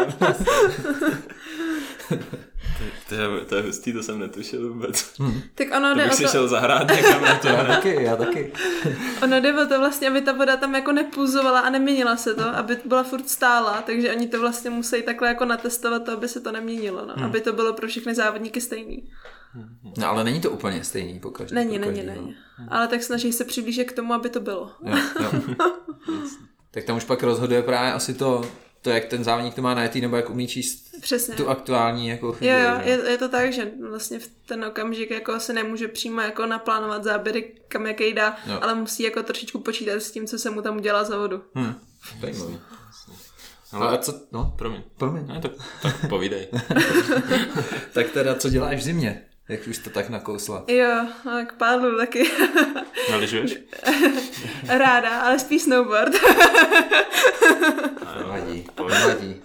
To je, to je hustý, to jsem netušil vůbec. Hmm. Tak ono to jde bych o si to... šel zahrát někam na to. Já taky, já taky. Ono jde o to vlastně, aby ta voda tam jako nepůzovala a neměnila se to, aby byla furt stála, takže oni to vlastně musí takhle jako natestovat to, aby se to neměnilo, no. Hmm. Aby to bylo pro všechny závodníky stejný. No ale není to úplně stejný po každém. Není, není, není. Ale tak snaží se přiblížit k tomu, aby to bylo. Jo, jo. Tak tam už pak rozhoduje právě asi to, to, jak ten závodník to má najetý, nebo jak umí číst Přesně. tu aktuální jako chvíli. Jo, jo, je, je to tak, že vlastně v ten okamžik jako se nemůže přímo jako naplánovat záběry, kam jaký dá, jo. Ale musí jako trošičku počítat s tím, co se mu tam udělá za vodu. Hmm. Zajímavý. Ale a co? No, promiň. Promiň. Ne, tak, tak povídej. Tak teda, co děláš v zimě? Jak už to tak nakousla. Jo, k pádlu taky. Naližuješ? Ráda, ale spíš snowboard. Vadí, vadí.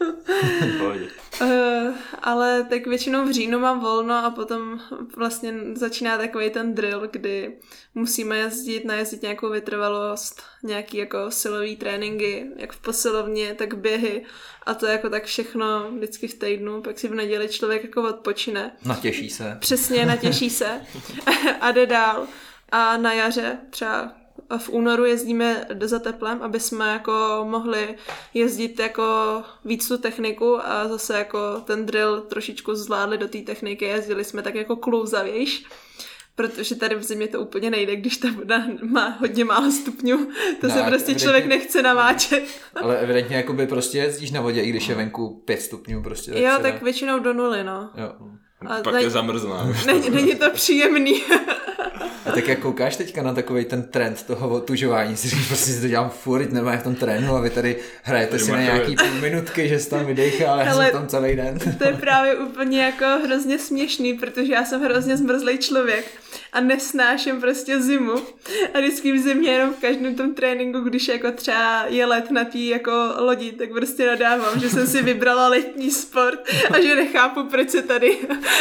Uh, ale tak většinou v říjnu mám volno a potom vlastně začíná takový ten drill, kdy musíme jezdit, najezdit nějakou vytrvalost, nějaký jako silový tréninky, jak v posilovně, tak běhy a to jako tak všechno vždycky v týdnu, pak si v neděli člověk jako odpočine. Natěší se. Přesně, natěší se a jde dál. A na jaře třeba v únoru jezdíme za teplem, aby jsme jako mohli jezdit jako víc tu techniku a zase jako ten drill trošičku zvládli do té techniky, jezdili jsme tak jako klouzavějš, protože tady v zimě to úplně nejde, když ta voda má hodně málo stupňů, to no, se prostě člověk nechce namáčet. Ale evidentně jakoby prostě jezdíš na vodě, i když je venku pět stupňů prostě. Tak jo, tak dá... většinou do nuly, no. Jo. A pak ne... je zamrzná. Není, není to příjemný. A tak jak koukáš teďka na takovej ten trend toho otužování, si říkáš, prostě si to dělám furt, nemá v tom trénu a vy tady hrajete tady si na nějaký půl minutky, že se tam vydejchá, ale já jsem tam celý den. To je právě úplně jako hrozně směšný, protože já jsem hrozně zmrzlej člověk a nesnáším prostě zimu a vždycky v zimě jenom v každém tom tréninku, když jako třeba je let na té jako lodi, tak prostě nadávám, že jsem si vybrala letní sport a že nechápu, proč se tady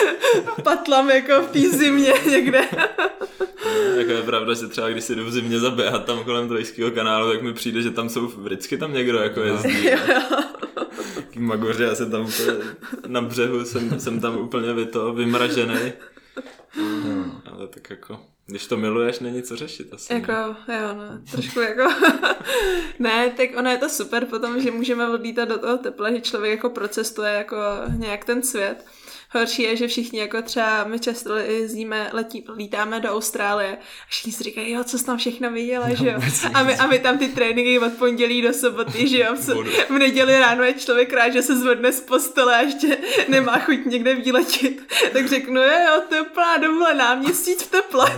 patlám jako v té zimě někde. Jako je pravda, že třeba když si jdu v zimě zaběhat tam kolem Trojského kanálu, tak mi přijde, že tam jsou vždycky tam někdo jako jezdí. Taký magoři, já jsem tam úplně na břehu, jsem, jsem tam úplně vy to, vymražený. Hmm. Ale tak jako, když to miluješ, není co řešit asi. Jako, jo, no, trošku jako, ne, tak ono je to super potom, že můžeme odlítat do toho tepla, že člověk jako procestuje jako nějak ten svět. Horší je, že všichni jako třeba my často jezdíme, letí, lítáme do Austrálie a všichni si říkají, jo, co jsi tam všechno viděla, no, že jo. A my, a my tam ty tréninky od pondělí do soboty, že jo. V neděli ráno je člověk rád, že se zvedne z postele a ještě nemá chuť někde výletit. Tak řeknu, jo, jo, to je úplná dovolená, měsíc v teple.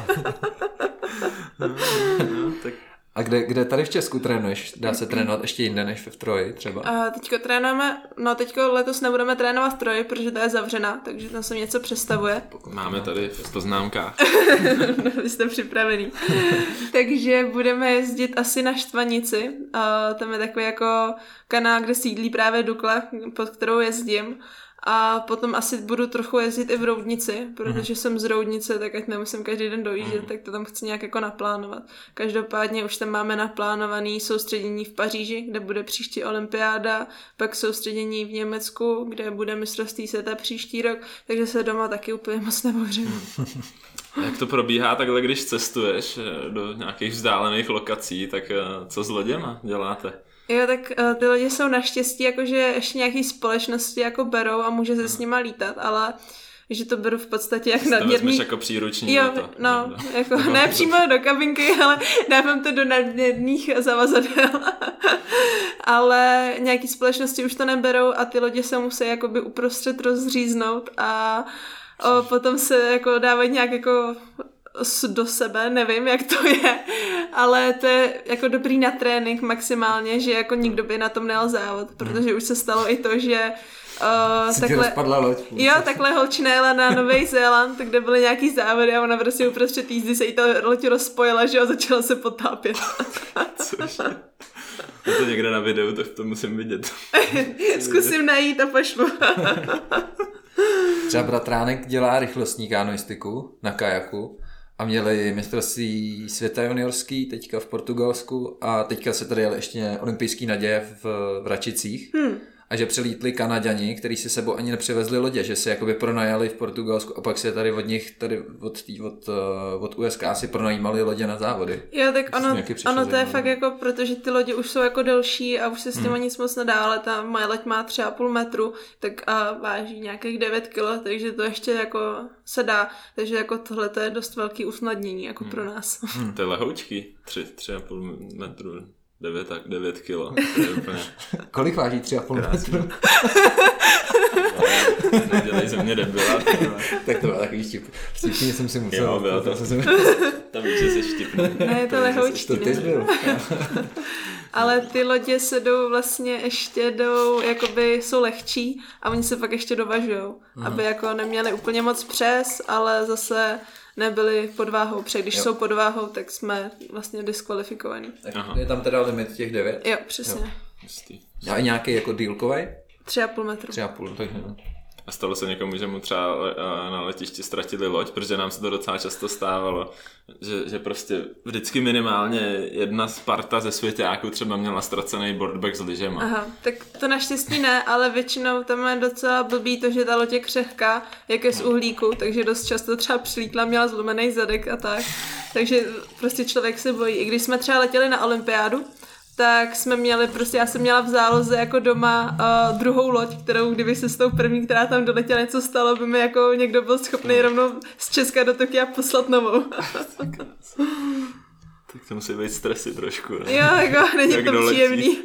no, no, tak... A kde, kde tady v Česku trénuješ? Dá se trénovat ještě jinde než v Troji třeba? A teďko trénujeme, no teďko letos nebudeme trénovat v Troji, protože ta je zavřena, takže tam se něco přestavuje. Máme tady v poznámkách. No, vy jste připravený. Takže budeme jezdit asi na Štvanici. A tam je takový jako kanál, kde sídlí právě Dukla, pod kterou jezdím. A potom asi budu trochu jezdit i v Roudnici, protože mm. jsem z Roudnice, tak ať nemusím každý den dojíždět, mm. tak to tam chci nějak jako naplánovat. Každopádně už tam máme naplánovaný soustředění v Paříži, kde bude příští olympiáda, pak soustředění v Německu, kde bude mistrovství světa příští rok, takže se doma taky úplně moc nebořím. Jak to probíhá takhle, když cestuješ do nějakých vzdálených lokací, tak co s loděma děláte? Jo, tak uh, ty lidi jsou naštěstí, jakože ještě nějaký společnosti jako berou a může se hmm. s nima lítat, ale že to beru v podstatě jak nadměrný... To vezmeš jako příruční. Jo, to, no, no, jako no, ne přímo do kabinky, ale dávám to do nadměrných zavazadel. Ale nějaký společnosti už to neberou a ty lodě se musí jakoby uprostřed rozříznout a o, potom se jako dávají nějak jako do sebe, nevím, jak to je, ale to je jako dobrý na trénink maximálně, že jako nikdo by na tom nejel závod, protože už se stalo i to, že Uh, takhle, rozpadla loď. Jo, takhle holčina jela na Nový Zéland, kde byly nějaký závody a ona prostě uprostřed jízdy se jí ta loď rozpojila, že jo, začala se potápět. Cože? Je to někde na videu, tak to musím vidět. Zkusím najít a pošlu. Třeba bratránek dělá rychlostní kanoistiku na kajaku a měli mistrovství světa juniorský teďka v Portugalsku a teďka se tady jel ještě olympijský naděje v, v Račicích. Hmm. A že přelítli Kanaďani, kteří si sebou ani nepřivezli lodě, že si jakoby pronajali v Portugalsku a pak si tady od nich, tady od, tý, od, od U S K si pronajímali lodě na závody. Jo, tak ono, ono to je fakt jako, protože ty lodě už jsou jako delší a už se s tím hmm. nic moc nedá, ale ta moje loď má tři a půl metru, tak a váží nějakých devět kilo, takže to ještě jako se dá, takže jako tohle to je dost velký usnadnění jako hmm. pro nás. Hmm. To je lehoučký, tři, tři a půl metru. devět, devět kilo. To je úplně... Kolik váží tři a půl metru? Nedělej ze mě debila. Tak to byl takový štip. Vstipně jsem si musel. Jo, bylo to. Tam víš, že jsi štipný. Ne, je to lehoučký. To ty jsi byl. Ale ty lodě se jdou vlastně ještě jdou, jakoby jsou lehčí a oni se pak ještě dovažujou. Aha. Aby jako neměli úplně moc přes, ale zase nebyli pod váhou, protože když jo. jsou pod váhou, tak jsme vlastně diskvalifikovaní. Je tam teda limit těch devět? Jo, přesně. Jo. A nějaký jako dílkový? Tři a půl metru. Tři a půl, tak jo. A stalo se někomu, že mu třeba na letišti ztratili loď, protože nám se to docela často stávalo, že, že prostě vždycky minimálně jedna Sparta ze svěťáků třeba měla ztracený boardback s lyžema. Aha, tak to naštěstí ne, ale většinou tam je docela blbý to, že ta loď je křehká, jak je z uhlíku, takže dost často třeba přilítla, měla zlomený zadek a tak. Takže prostě člověk se bojí. I když jsme třeba letěli na olympiádu, tak jsme měli, prostě já jsem měla v záloze jako doma uh, druhou loď, kterou kdyby se s tou první, která tam doletěla, něco stalo, by mi jako někdo byl schopný rovnou z Česka do Tokia poslat novou. Tak to musí být stresy trošku, ne? Jo, jako není to doletí. Příjemný.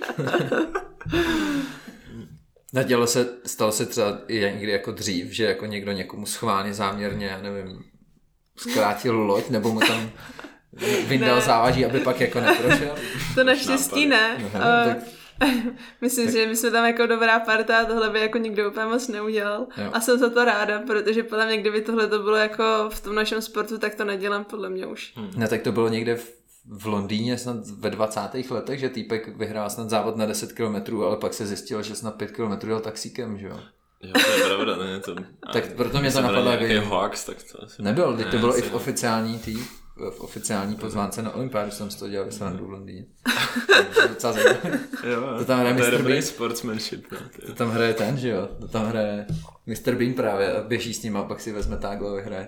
Nadělo se, stalo se třeba i někdy jako dřív, že jako někdo někomu schválně záměrně, já nevím, zkrátil loď, nebo mu tam vyndal závaží, aby pak jako neprošel? To naštěstí ne. Aha, uh, tak... Myslím, tak... že my jsme tam jako dobrá parta a tohle by jako nikdo úplně moc neudělal. Jo. A jsem za to ráda, protože podle mě, kdyby tohle to bylo jako v tom našem sportu, tak to nedělám podle mě už. Hmm. Ne, tak to bylo někde v, v Londýně snad ve dvacátých letech, že týpek vyhrál snad závod na deset kilometrů, ale pak se zjistilo, že snad pět kilometrů jel taxíkem, že jo? Jo, to je pravda, ne? To... Tak proto mě to napadlo, nějaký hoax, tak to asi... Nebyl, teď to bylo i v oficiální tý, v oficiální pozvánce na olympiádu, jsem z toho dělal srandu v Londýně. Docela zajímavé. To tam hraje mister Bean. Sportsmanship. To tam hraje ten, že jo? To tam hraje mister Bean právě a běží s ním a pak si vezme táglo a vyhraje.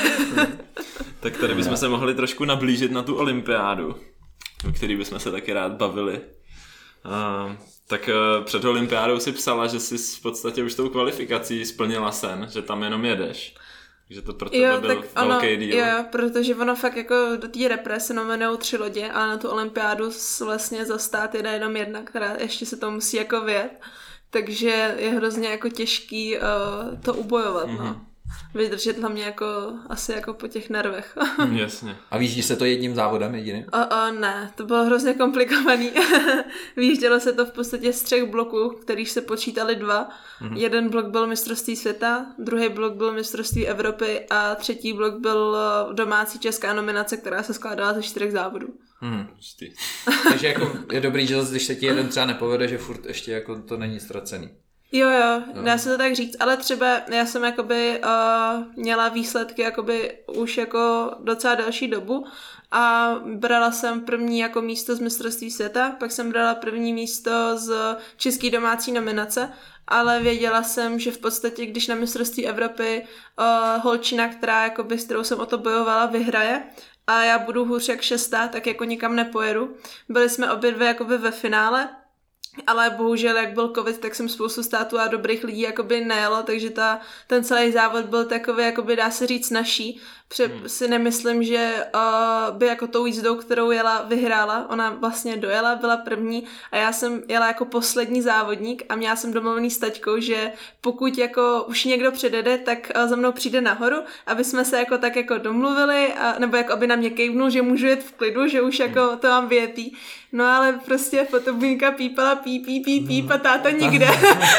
Tak tady bychom se mohli trošku nablížit na tu olympiádu, o který bychom se taky rád bavili. Uh, tak uh, před olympiádou si psala, že jsi v podstatě už tou kvalifikací splnila sen, že tam jenom jedeš. Takže to pro tebe jo, byl ono, velký díl. Jo, protože ono fakt jako do té repre se nominují tři lodě, ale na tu olympiádu vlastně za stát jede jenom jedna, která ještě se to musí jako vyjet. Takže je hrozně jako těžký uh, to ubojovat, mm-hmm. no. Vydržet hlavně jako asi jako po těch nervech. Jasně. A vyjíždí se to jedním závodem jediným? O, o, ne, to bylo hrozně komplikovaný. Vyjíždělo se to v podstatě z třech bloků, kterých se počítali dva. Mm-hmm. Jeden blok byl mistrovství světa, druhý blok byl mistrovství Evropy a třetí blok byl domácí česká nominace, která se skládala ze čtyřech závodů. Hmm. Takže jako je dobrý, že zase, když se ti jeden třeba nepovede, že furt ještě jako to není ztracený. Jo, jo, dá se to tak říct, ale třeba já jsem jakoby uh, měla výsledky jakoby už jako docela delší dobu a brala jsem první jako místo z mistrovství světa, pak jsem brala první místo z české domácí nominace, ale věděla jsem, že v podstatě, když na mistrovství Evropy uh, holčina, která jakoby, s kterou jsem o to bojovala, vyhraje, a já budu hůř jak šestá, tak jako nikam nepojedu. Byli jsme obě dvě jakoby ve finále, ale bohužel, jak byl covid, tak jsem spoustu států a dobrých lidí jakoby nejelo, takže ta, ten celý závod byl takový, jakoby dá se říct, naší. Pře- hmm. si nemyslím, že uh, by jako tou jízdou, kterou jela, vyhrála. Ona vlastně dojela, byla první a já jsem jela jako poslední závodník a měla jsem domluvený s taťkou, že pokud jako už někdo předjede, tak uh, za mnou přijde nahoru, aby jsme se jako tak jako domluvili, a, nebo jako aby na mě kejvnul, že můžu jet v klidu, že už jako to mám vyjetý. No ale prostě fotobunka pípala píp, píp, píp, píp a táta nikde.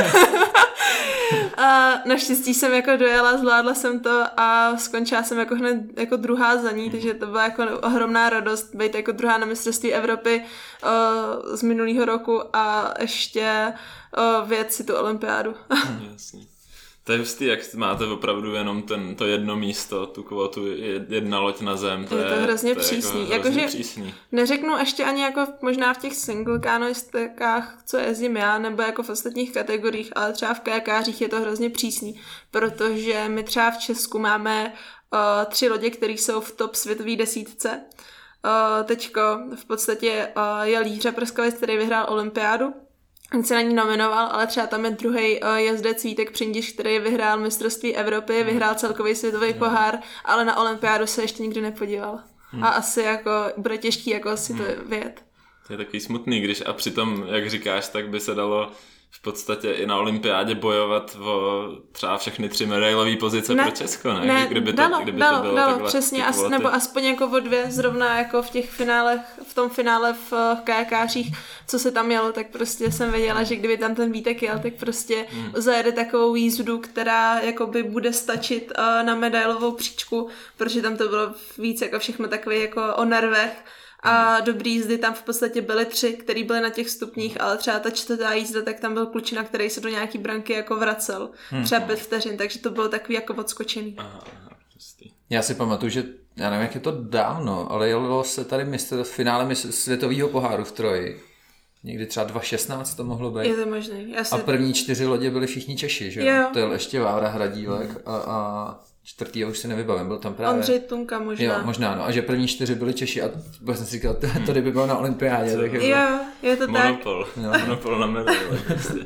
A naštěstí jsem jako dojela, zvládla jsem to a skončila jsem jako hned jako druhá za ní, takže to byla jako ohromná radost být jako druhá na mistrovství Evropy uh, z minulého roku a ještě uh, vyjet si tu olympiádu. Jasně. To je hustý, jak máte opravdu jenom ten, to jedno místo, tu kvotu, jedna loď na zem. To je to je hrozně to je přísný. Jako jako, hrozně že přísný. Neřeknu ještě ani jako možná v těch single kanoistikách, co jezdím já, nebo jako v ostatních kategoriích, ale třeba v kajakářích je to hrozně přísný, protože my třeba v Česku máme uh, tři lodě, které jsou v top světové desítce. Uh, teďko v podstatě uh, je Lířa Prskavec, který vyhrál olympiádu. On se na ní nominoval, ale třeba tam je druhý uh, jezdec Vítek Přindiš, který vyhrál mistrovství Evropy, vyhrál celkový světový hmm. pohár, ale na olympiádu se ještě nikdy nepodíval. Hmm. A asi jako bude těžký jako si to hmm. vyjet. To je takový smutný, když a přitom, jak říkáš, tak by se dalo v podstatě i na olympiádě bojovat o třeba všechny tři medailové pozice ne, pro Česko, ne? ne kdyby to, dalo, kdyby dalo, to bylo dalo, takhle, přesně, as, nebo aspoň jako o dvě zrovna jako v těch finálech, v tom finále v, v kajakářích, co se tam jelo, tak prostě jsem věděla, že kdyby tam ten Vítek jel, tak prostě hmm. zajede takovou jízdu, která jakoby bude stačit uh, na medailovou příčku, protože tam to bylo víc jako všechno takové jako o nervech. A dobrý jízdy tam v podstatě byly tři, který byly na těch stupních, ale třeba ta čtvrtá jízda, tak tam byl klučina, který se do nějaký branky jako vracel. Hmm. Třeba pět vteřin, takže to bylo takový jako odskočený. Aha, aha, prostě. Já si pamatuju, že já nevím, jak je to dávno, ale jelo se tady mistr, v finále mistr, světového poháru v Troji. Někdy třeba dva tisíce šestnáct to mohlo být. Je to možný. Si... A první čtyři lodě byly všichni Češi, že jo? To jel ještě Vávra Hradílek a, a čtvrtý už si nevybavím, byl tam právě... Ondřej Tunka možná. Jo, možná, no. A že první čtyři byli Češi a jsem si říkal, to kdyby bylo na olympiádě. Tak jo, jako... je to monopol. tak. Monopol. Monopol na medaile. Prostě.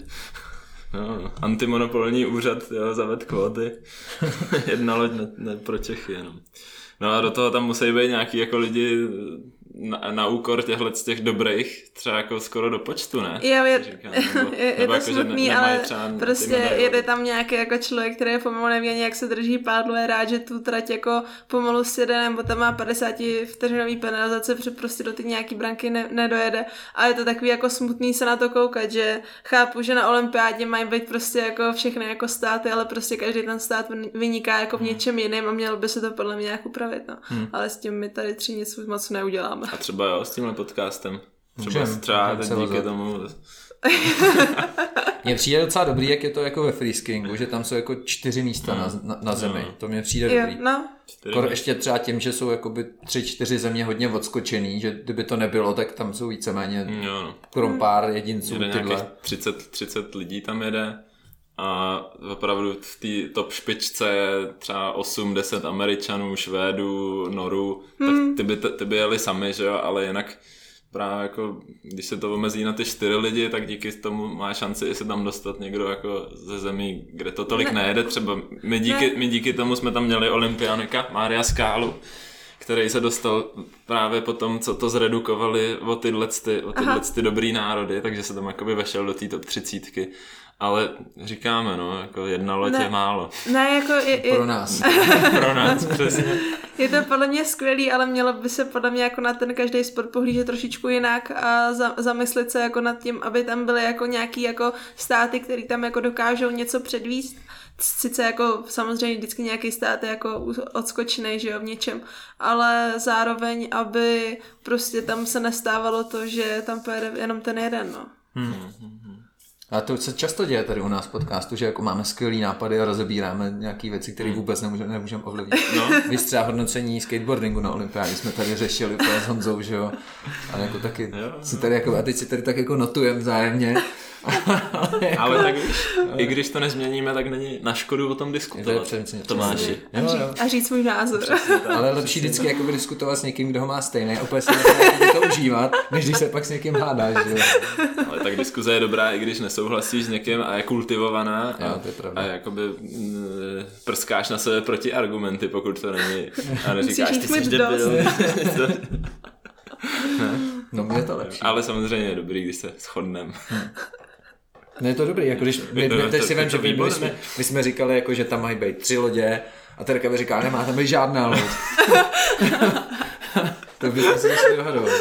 No, antimonopolní úřad, jo, zaved kvóty. Jedna loď ne, ne pro Čechy jenom. No a do toho tam musí být nějaký jako lidi na, na úkor těchhle z těch dobrých, třeba jako skoro do počtu, ne? Jo, je, říkám, nebo, je, je nebo to jako, smutný, ne, ale prostě jede tam nějaký jako člověk, který pomalu neví ani, jak se drží pádlo, je rád, že tu trať jako pomalu sjede, nebo tam má padesát vteřinový penalizace, protože prostě do ty nějaký branky ne, nedojede. A je to takový jako smutný se na to koukat, že chápu, že na olympiádě mají být prostě jako všechny jako státy, ale prostě každý ten stát vyniká jako v něčem jiném a mělo by se to podle mě nějak upravit, no. Hmm. Ale s tím my tady tři nic moc neuděláme. A třeba jo, s tímhle podcastem. Třeba, můžem, třeba můžem díky rozdat. Tomu. Mně přijde docela dobrý, jak je to jako ve freeskingu, že tam jsou jako čtyři místa na, na, na zemi. No. To mně přijde jo, dobrý. No. Kor ještě třeba tím, že jsou jakoby tři, čtyři země hodně odskočený, že kdyby to nebylo, tak tam jsou víceméně jo, no. krom pár jedinců jede tyhle. třicet, třicet lidí tam jede a opravdu v té top špičce je třeba osm deset Američanů, Švédů, Norů, hmm. tak ty by, ty by jeli sami, že jo, ale jinak právě jako, když se to omezí na ty čtyři lidi, tak díky tomu má šanci i se tam dostat někdo jako ze zemí, kde to tolik ne. nejede. Třeba my díky, my díky tomu jsme tam měli olympionika Mária Skálu, který se dostal právě po tom, co to zredukovali o tyhle, ty, o tyhle ty dobrý národy, takže se tam jakoby vešel do té top třicítky. Ale říkáme, no, jako jedna loď ne, je málo. Ne, jako je, je... Pro nás. Pro nás, přesně. Je to podle mě skvělý, ale mělo by se podle mě jako na ten každý sport pohlížet trošičku jinak a za, zamyslet se jako nad tím, aby tam byly jako nějaký jako státy, který tam jako dokážou něco předvíst. Sice jako samozřejmě vždycky nějaký stát je jako odskočený, že jo, v něčem, ale zároveň, aby prostě tam se nestávalo to, že tam pojede jenom ten jeden, no. Hmm. A to se často děje tady u nás v podcastu, že jako máme skvělý nápady a rozebíráme nějaké věci, které vůbec nemůžeme, nemůžeme ovlivnit. No. Víš, třeba hodnocení skateboardingu na olympiádě jsme tady řešili úplně s Honzou, že jo. A jako taky jo, si tady jako, a teď si tady tak jako notujeme vzájemně. ale, jako, ale tak víš, i když to nezměníme, tak není na škodu o tom diskutovat. Tomáši. A, ří, a říct svůj názor. Ale lepší vždycky jako diskutovat s někým, kdo ho má stejný, a úplně si to užívat, než když se pak s někým hádáš. Že? Ale tak diskuze je dobrá, i když nesouhlasíš s někým a je kultivovaná a, jo, to je pravda. a jakoby prskáš na sebe proti argumenty, pokud to není. A neříkáš, ty jsi debil. No mě je to lepší. Ale samozřejmě je dobrý, když se shodneme. No je to dobrý, jako když, my, my, teď si vím, že my, my, jsme, my jsme říkali, jako, že tam mají být tři lodě a Terka by říkala, nemá tam být žádná loď. To bychom se ještě dohadovali.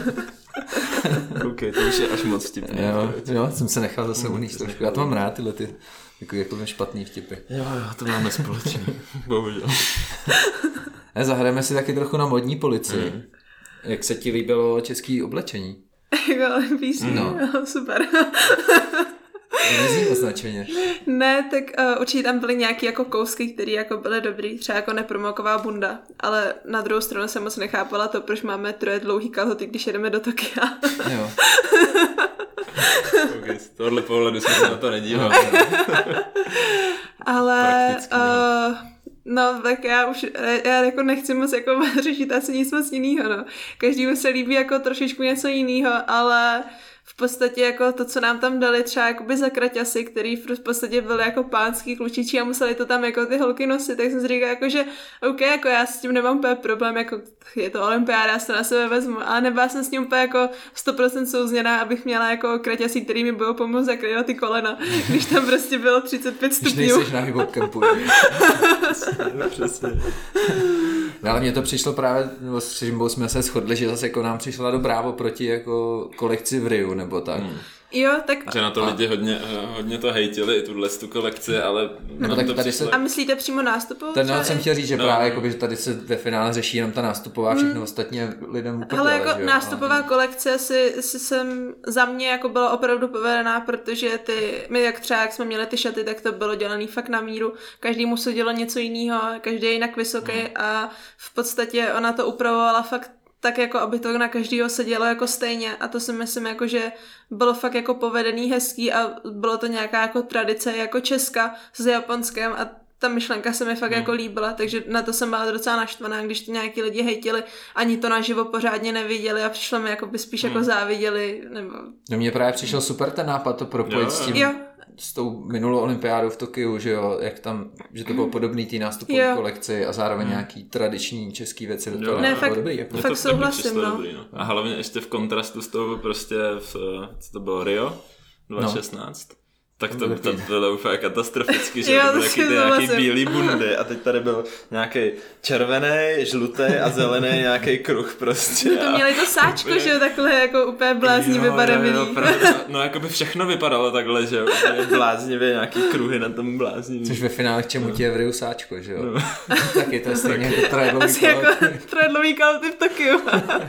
OK, to už je až moc vtipný. Jo, jo, jsem se nechal zase uníst trošku. Já to mám rád, tyhle ty jako, jako špatný vtipy. Jo, jo, to máme společně. Bohužel. A zahrajeme si taky trochu na modní policii. Mm. Jak se ti líbilo české oblečení? Jako písní, no. no, super. To nezní označeně. Ne, tak uh, určitě tam byly nějaké jako kousky, které jako byly dobrý, třeba jako nepromoková bunda, ale na druhou stranu jsem moc nechápala to, proč máme troje dlouhý kalhoty, když jedeme do Tokia. Jo. Okay, z tohohle pohledu jsem se na to nedíval. Ale uh, no tak já už já jako nechci moc jako řešit asi nic moc jinýho, no. Každému se líbí jako trošičku něco jinýho, ale v podstatě jako to, co nám tam dali třeba jakoby za kraťasy, který v podstatě byly jako pánský klučičí a museli to tam jako ty holky nosit, tak jsem si říkala jako, že OK, jako já s tím nemám úplně problém, jako je to olympiáda, já se na sebe vezmu, ale nebyla jsem s tím úplně jako sto procent souzněná, abych měla jako kraťasy, který mi budou pomoct zakrývat ty kolena, když tam prostě bylo třicet pět stupňů. Když nejseš na hip-hop campu. Přesně. No, ale mně to přišlo právě, nebo s Šimbou jsme se shodli, že zase jako nám přišla dobrá oproti jako kolekci v Riu, nebo tak. Hmm. Jo, tak... Že na to lidi hodně, hodně to hejtili, i tuhle tu kolekci, ale... No, tak to tady se... A myslíte přímo nástupovou? Ten no, jsem chtěl říct, že no. právě jako, že tady se ve finále řeší jenom ta nástupová, všechno hmm. ostatně lidem uprdele. Ale jako nástupová ale... kolekce si, si jsem za mě jako byla opravdu povedená, protože ty, my jak třeba, jak jsme měli ty šaty, tak to bylo dělaný fakt na míru. Každý mu se dělo něco jiného, každý je jinak vysoký hmm. a v podstatě ona to upravovala fakt tak jako, aby to na každýho se dělo jako stejně a to si myslím jako, že bylo fakt jako povedený, hezký a bylo to nějaká jako tradice jako Česka s Japonskem a ta myšlenka se mi fakt hmm. jako líbila, takže na to jsem byla docela naštvaná, když to nějaký lidi hejtili, ani to naživo pořádně neviděli a přišlo mi jako by spíš hmm. jako záviděli, nebo... No mně právě přišel super ten nápad to propojit jo, s tím, jo. s tou minulou olympiádou v Tokiu, že jo, jak tam, že to bylo podobný té nástupové kolekci a zároveň hmm. nějaký tradiční český věci do toho. Ne, fakt, dobrý, jako. fakt souhlasím, no. Dobrý, no. A hlavně ještě v kontrastu s tou prostě, v, co to bylo, Rio dva tisíce šestnáct. No. Tak to, to bylo úplně katastroficky, že to byly taky ty nějaký bílý bundy a teď tady byl nějaký červený, žlutý a zelený nějaký kruh prostě. To měli to sáčko, úplně... že jo, takhle jako úplně bláznivě barevný. No jako by všechno vypadalo takhle, že jo, úplně bláznivě nějaký kruhy na tom bláznivě. Což ve finále k čemu ti je v Riu sáčko, že jo. No. Taky to je stejně jako trojedlový kalhoty. Asi jako trojedlový kalhoty v Tokiu.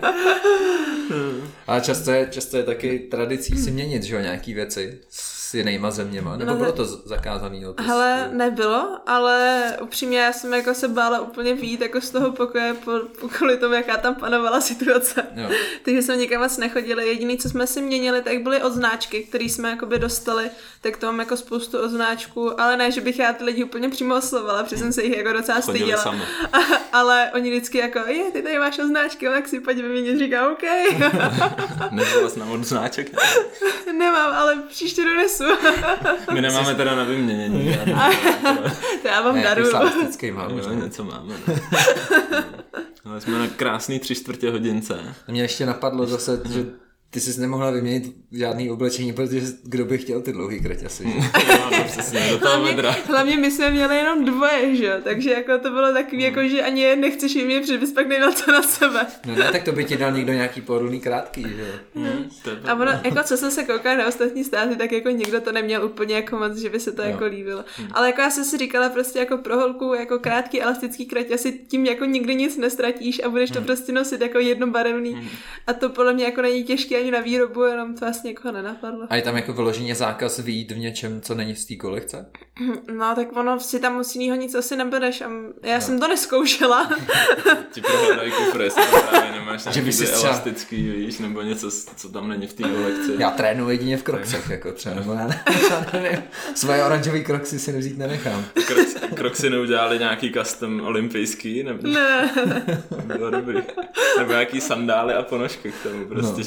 Ale často je, často je taky tradicí si měnit, že jo, nějaký věci s jinýma zeměma, nebo no, bylo to zakázaný? No, hele, nebylo, ale upřímně já jsem jako se bála úplně vyjít jako z toho pokoje po, kvůli tomu, jaká tam panovala situace. Jo. Takže jsme nikam moc nechodili. Jediný, co jsme si měnili, tak byly odznáčky, které jsme jakoby dostali, tak to mám jako spoustu odznáčků, ale ne, že bych já ty lidi úplně přímo oslovala, protože jsem se jich jako docela styděla. Ale oni vždycky jako, je, ty tady máš odznáčky, tak si pojď vyměnit, říkám, OK. Nebyla jsi na odznáček? Nemám, ale příště donesu. My nemáme teda na vyměnění. To já vám daru. Slavistický mám. Možná něco máme. Ale jsme na krásný tři čtvrtě hodince. Mě ještě napadlo zase, že ty jsi nemohla vyměnit žádný oblečení, protože kdo by chtěl ty dlouhý kraťasy, že? No, přesně, do toho vedra. Hlavně my jsme měli jenom dvoje, že? Takže jako to bylo takový, jako, že ani je nechceš jim je, protože bys pak neměl to na sebe. No ne, tak to by ti dal někdo nějaký pohodlný krátký, že? Hmm. A ono, jako co jsem se koukala na ostatní státy, tak jako nikdo to neměl úplně jako moc, že by se to no. jako líbilo. Hmm. Ale jako já jsem si říkala prostě jako pro holku, jako krátký elastický kraťasy, tím jako nikdy nic nestratíš a budeš to hmm. prostě nosit jako jednobarevný. Hmm. A to podle mě jako není těžké ani na výrobu, jenom to vlastně někoho nenapadlo. A je tam jako vyloženě zákaz vyjít v něčem, co není z té kolekce? No, tak ono si tam moc jinýho nic asi nebereš. A já no. jsem to neskoušela. Ti prohledají kufry, jestli to právě nemáš nějaký třeba... elastický, víš, nebo něco, co tam není v té kolekci. Já trénuji jedině v kroksech, jako třeba, nebo já nevím. Svoje oranžový kroksy si nevzít nenechám. Kroksy, kroksy neudělali nějaký custom olympijský? Nebo... Ne. Bylo dobrý. Nebo nějaký sandály a ponožky k tomu, prostě, no. že by to bylo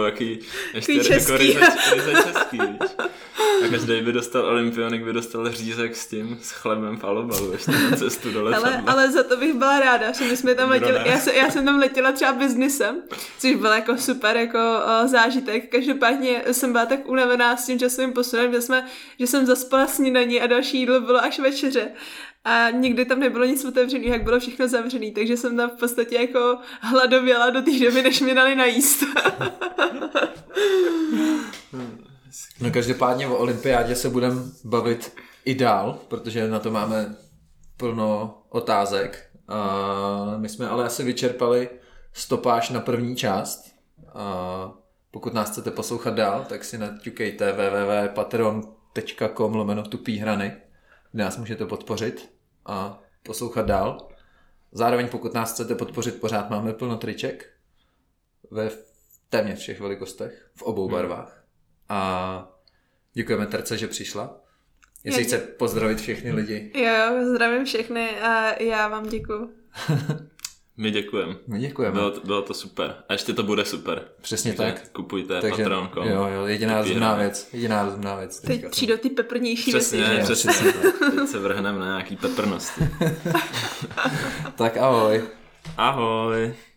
nebo jaký ještě Takový jako český. ryze, ryze český, víš. A každý by dostal olympionik, by dostal řízek s tím, s chlebem v alobalu ještě na cestu do letadla. Ale, ale za to bych byla ráda, že my jsme tam Kdo letěli, ne? já, se, já jsem tam letěla třeba biznisem, což byl jako super jako uh, zážitek. Každopádně jsem byla tak unavená s tím časovým posunem, že, jsme, že jsem zaspala snídaní a další jídlo bylo až večeře. A nikdy tam nebylo nic otevřený, jak bylo všechno zavřený, takže jsem tam v podstatě jako hladověla do té doby, než mi dali najíst. No každopádně o olympiádě se budeme bavit i dál, protože na to máme plno otázek. A my jsme ale asi vyčerpali stopáž na první část. A pokud nás chcete poslouchat dál, tak si naťukejte w w w tečka patreon tečka com lomeno tupý hrany, kde nás můžete podpořit a poslouchat dál. Zároveň pokud nás chcete podpořit, pořád máme plno triček ve téměř všech velikostech, v obou barvách. A děkujeme Terce, že přišla. Jestli Já chce pozdravit všechny lidi. Jo, jo, zdravím všechny a já vám děkuju. My děkujeme. My děkujeme. Bylo to, bylo to super. A ještě to bude super. Přesně Takže tak. Kupujte Takže, Patreon tečka com. jo, jo, jediná Tupý rozumná hrany. věc. Jediná rozumná věc. Teď přijdou ty peprnější Přesně, věci, že? přesně. Teď se vrhneme na nějaký peprnosti. Tak ahoj. Ahoj.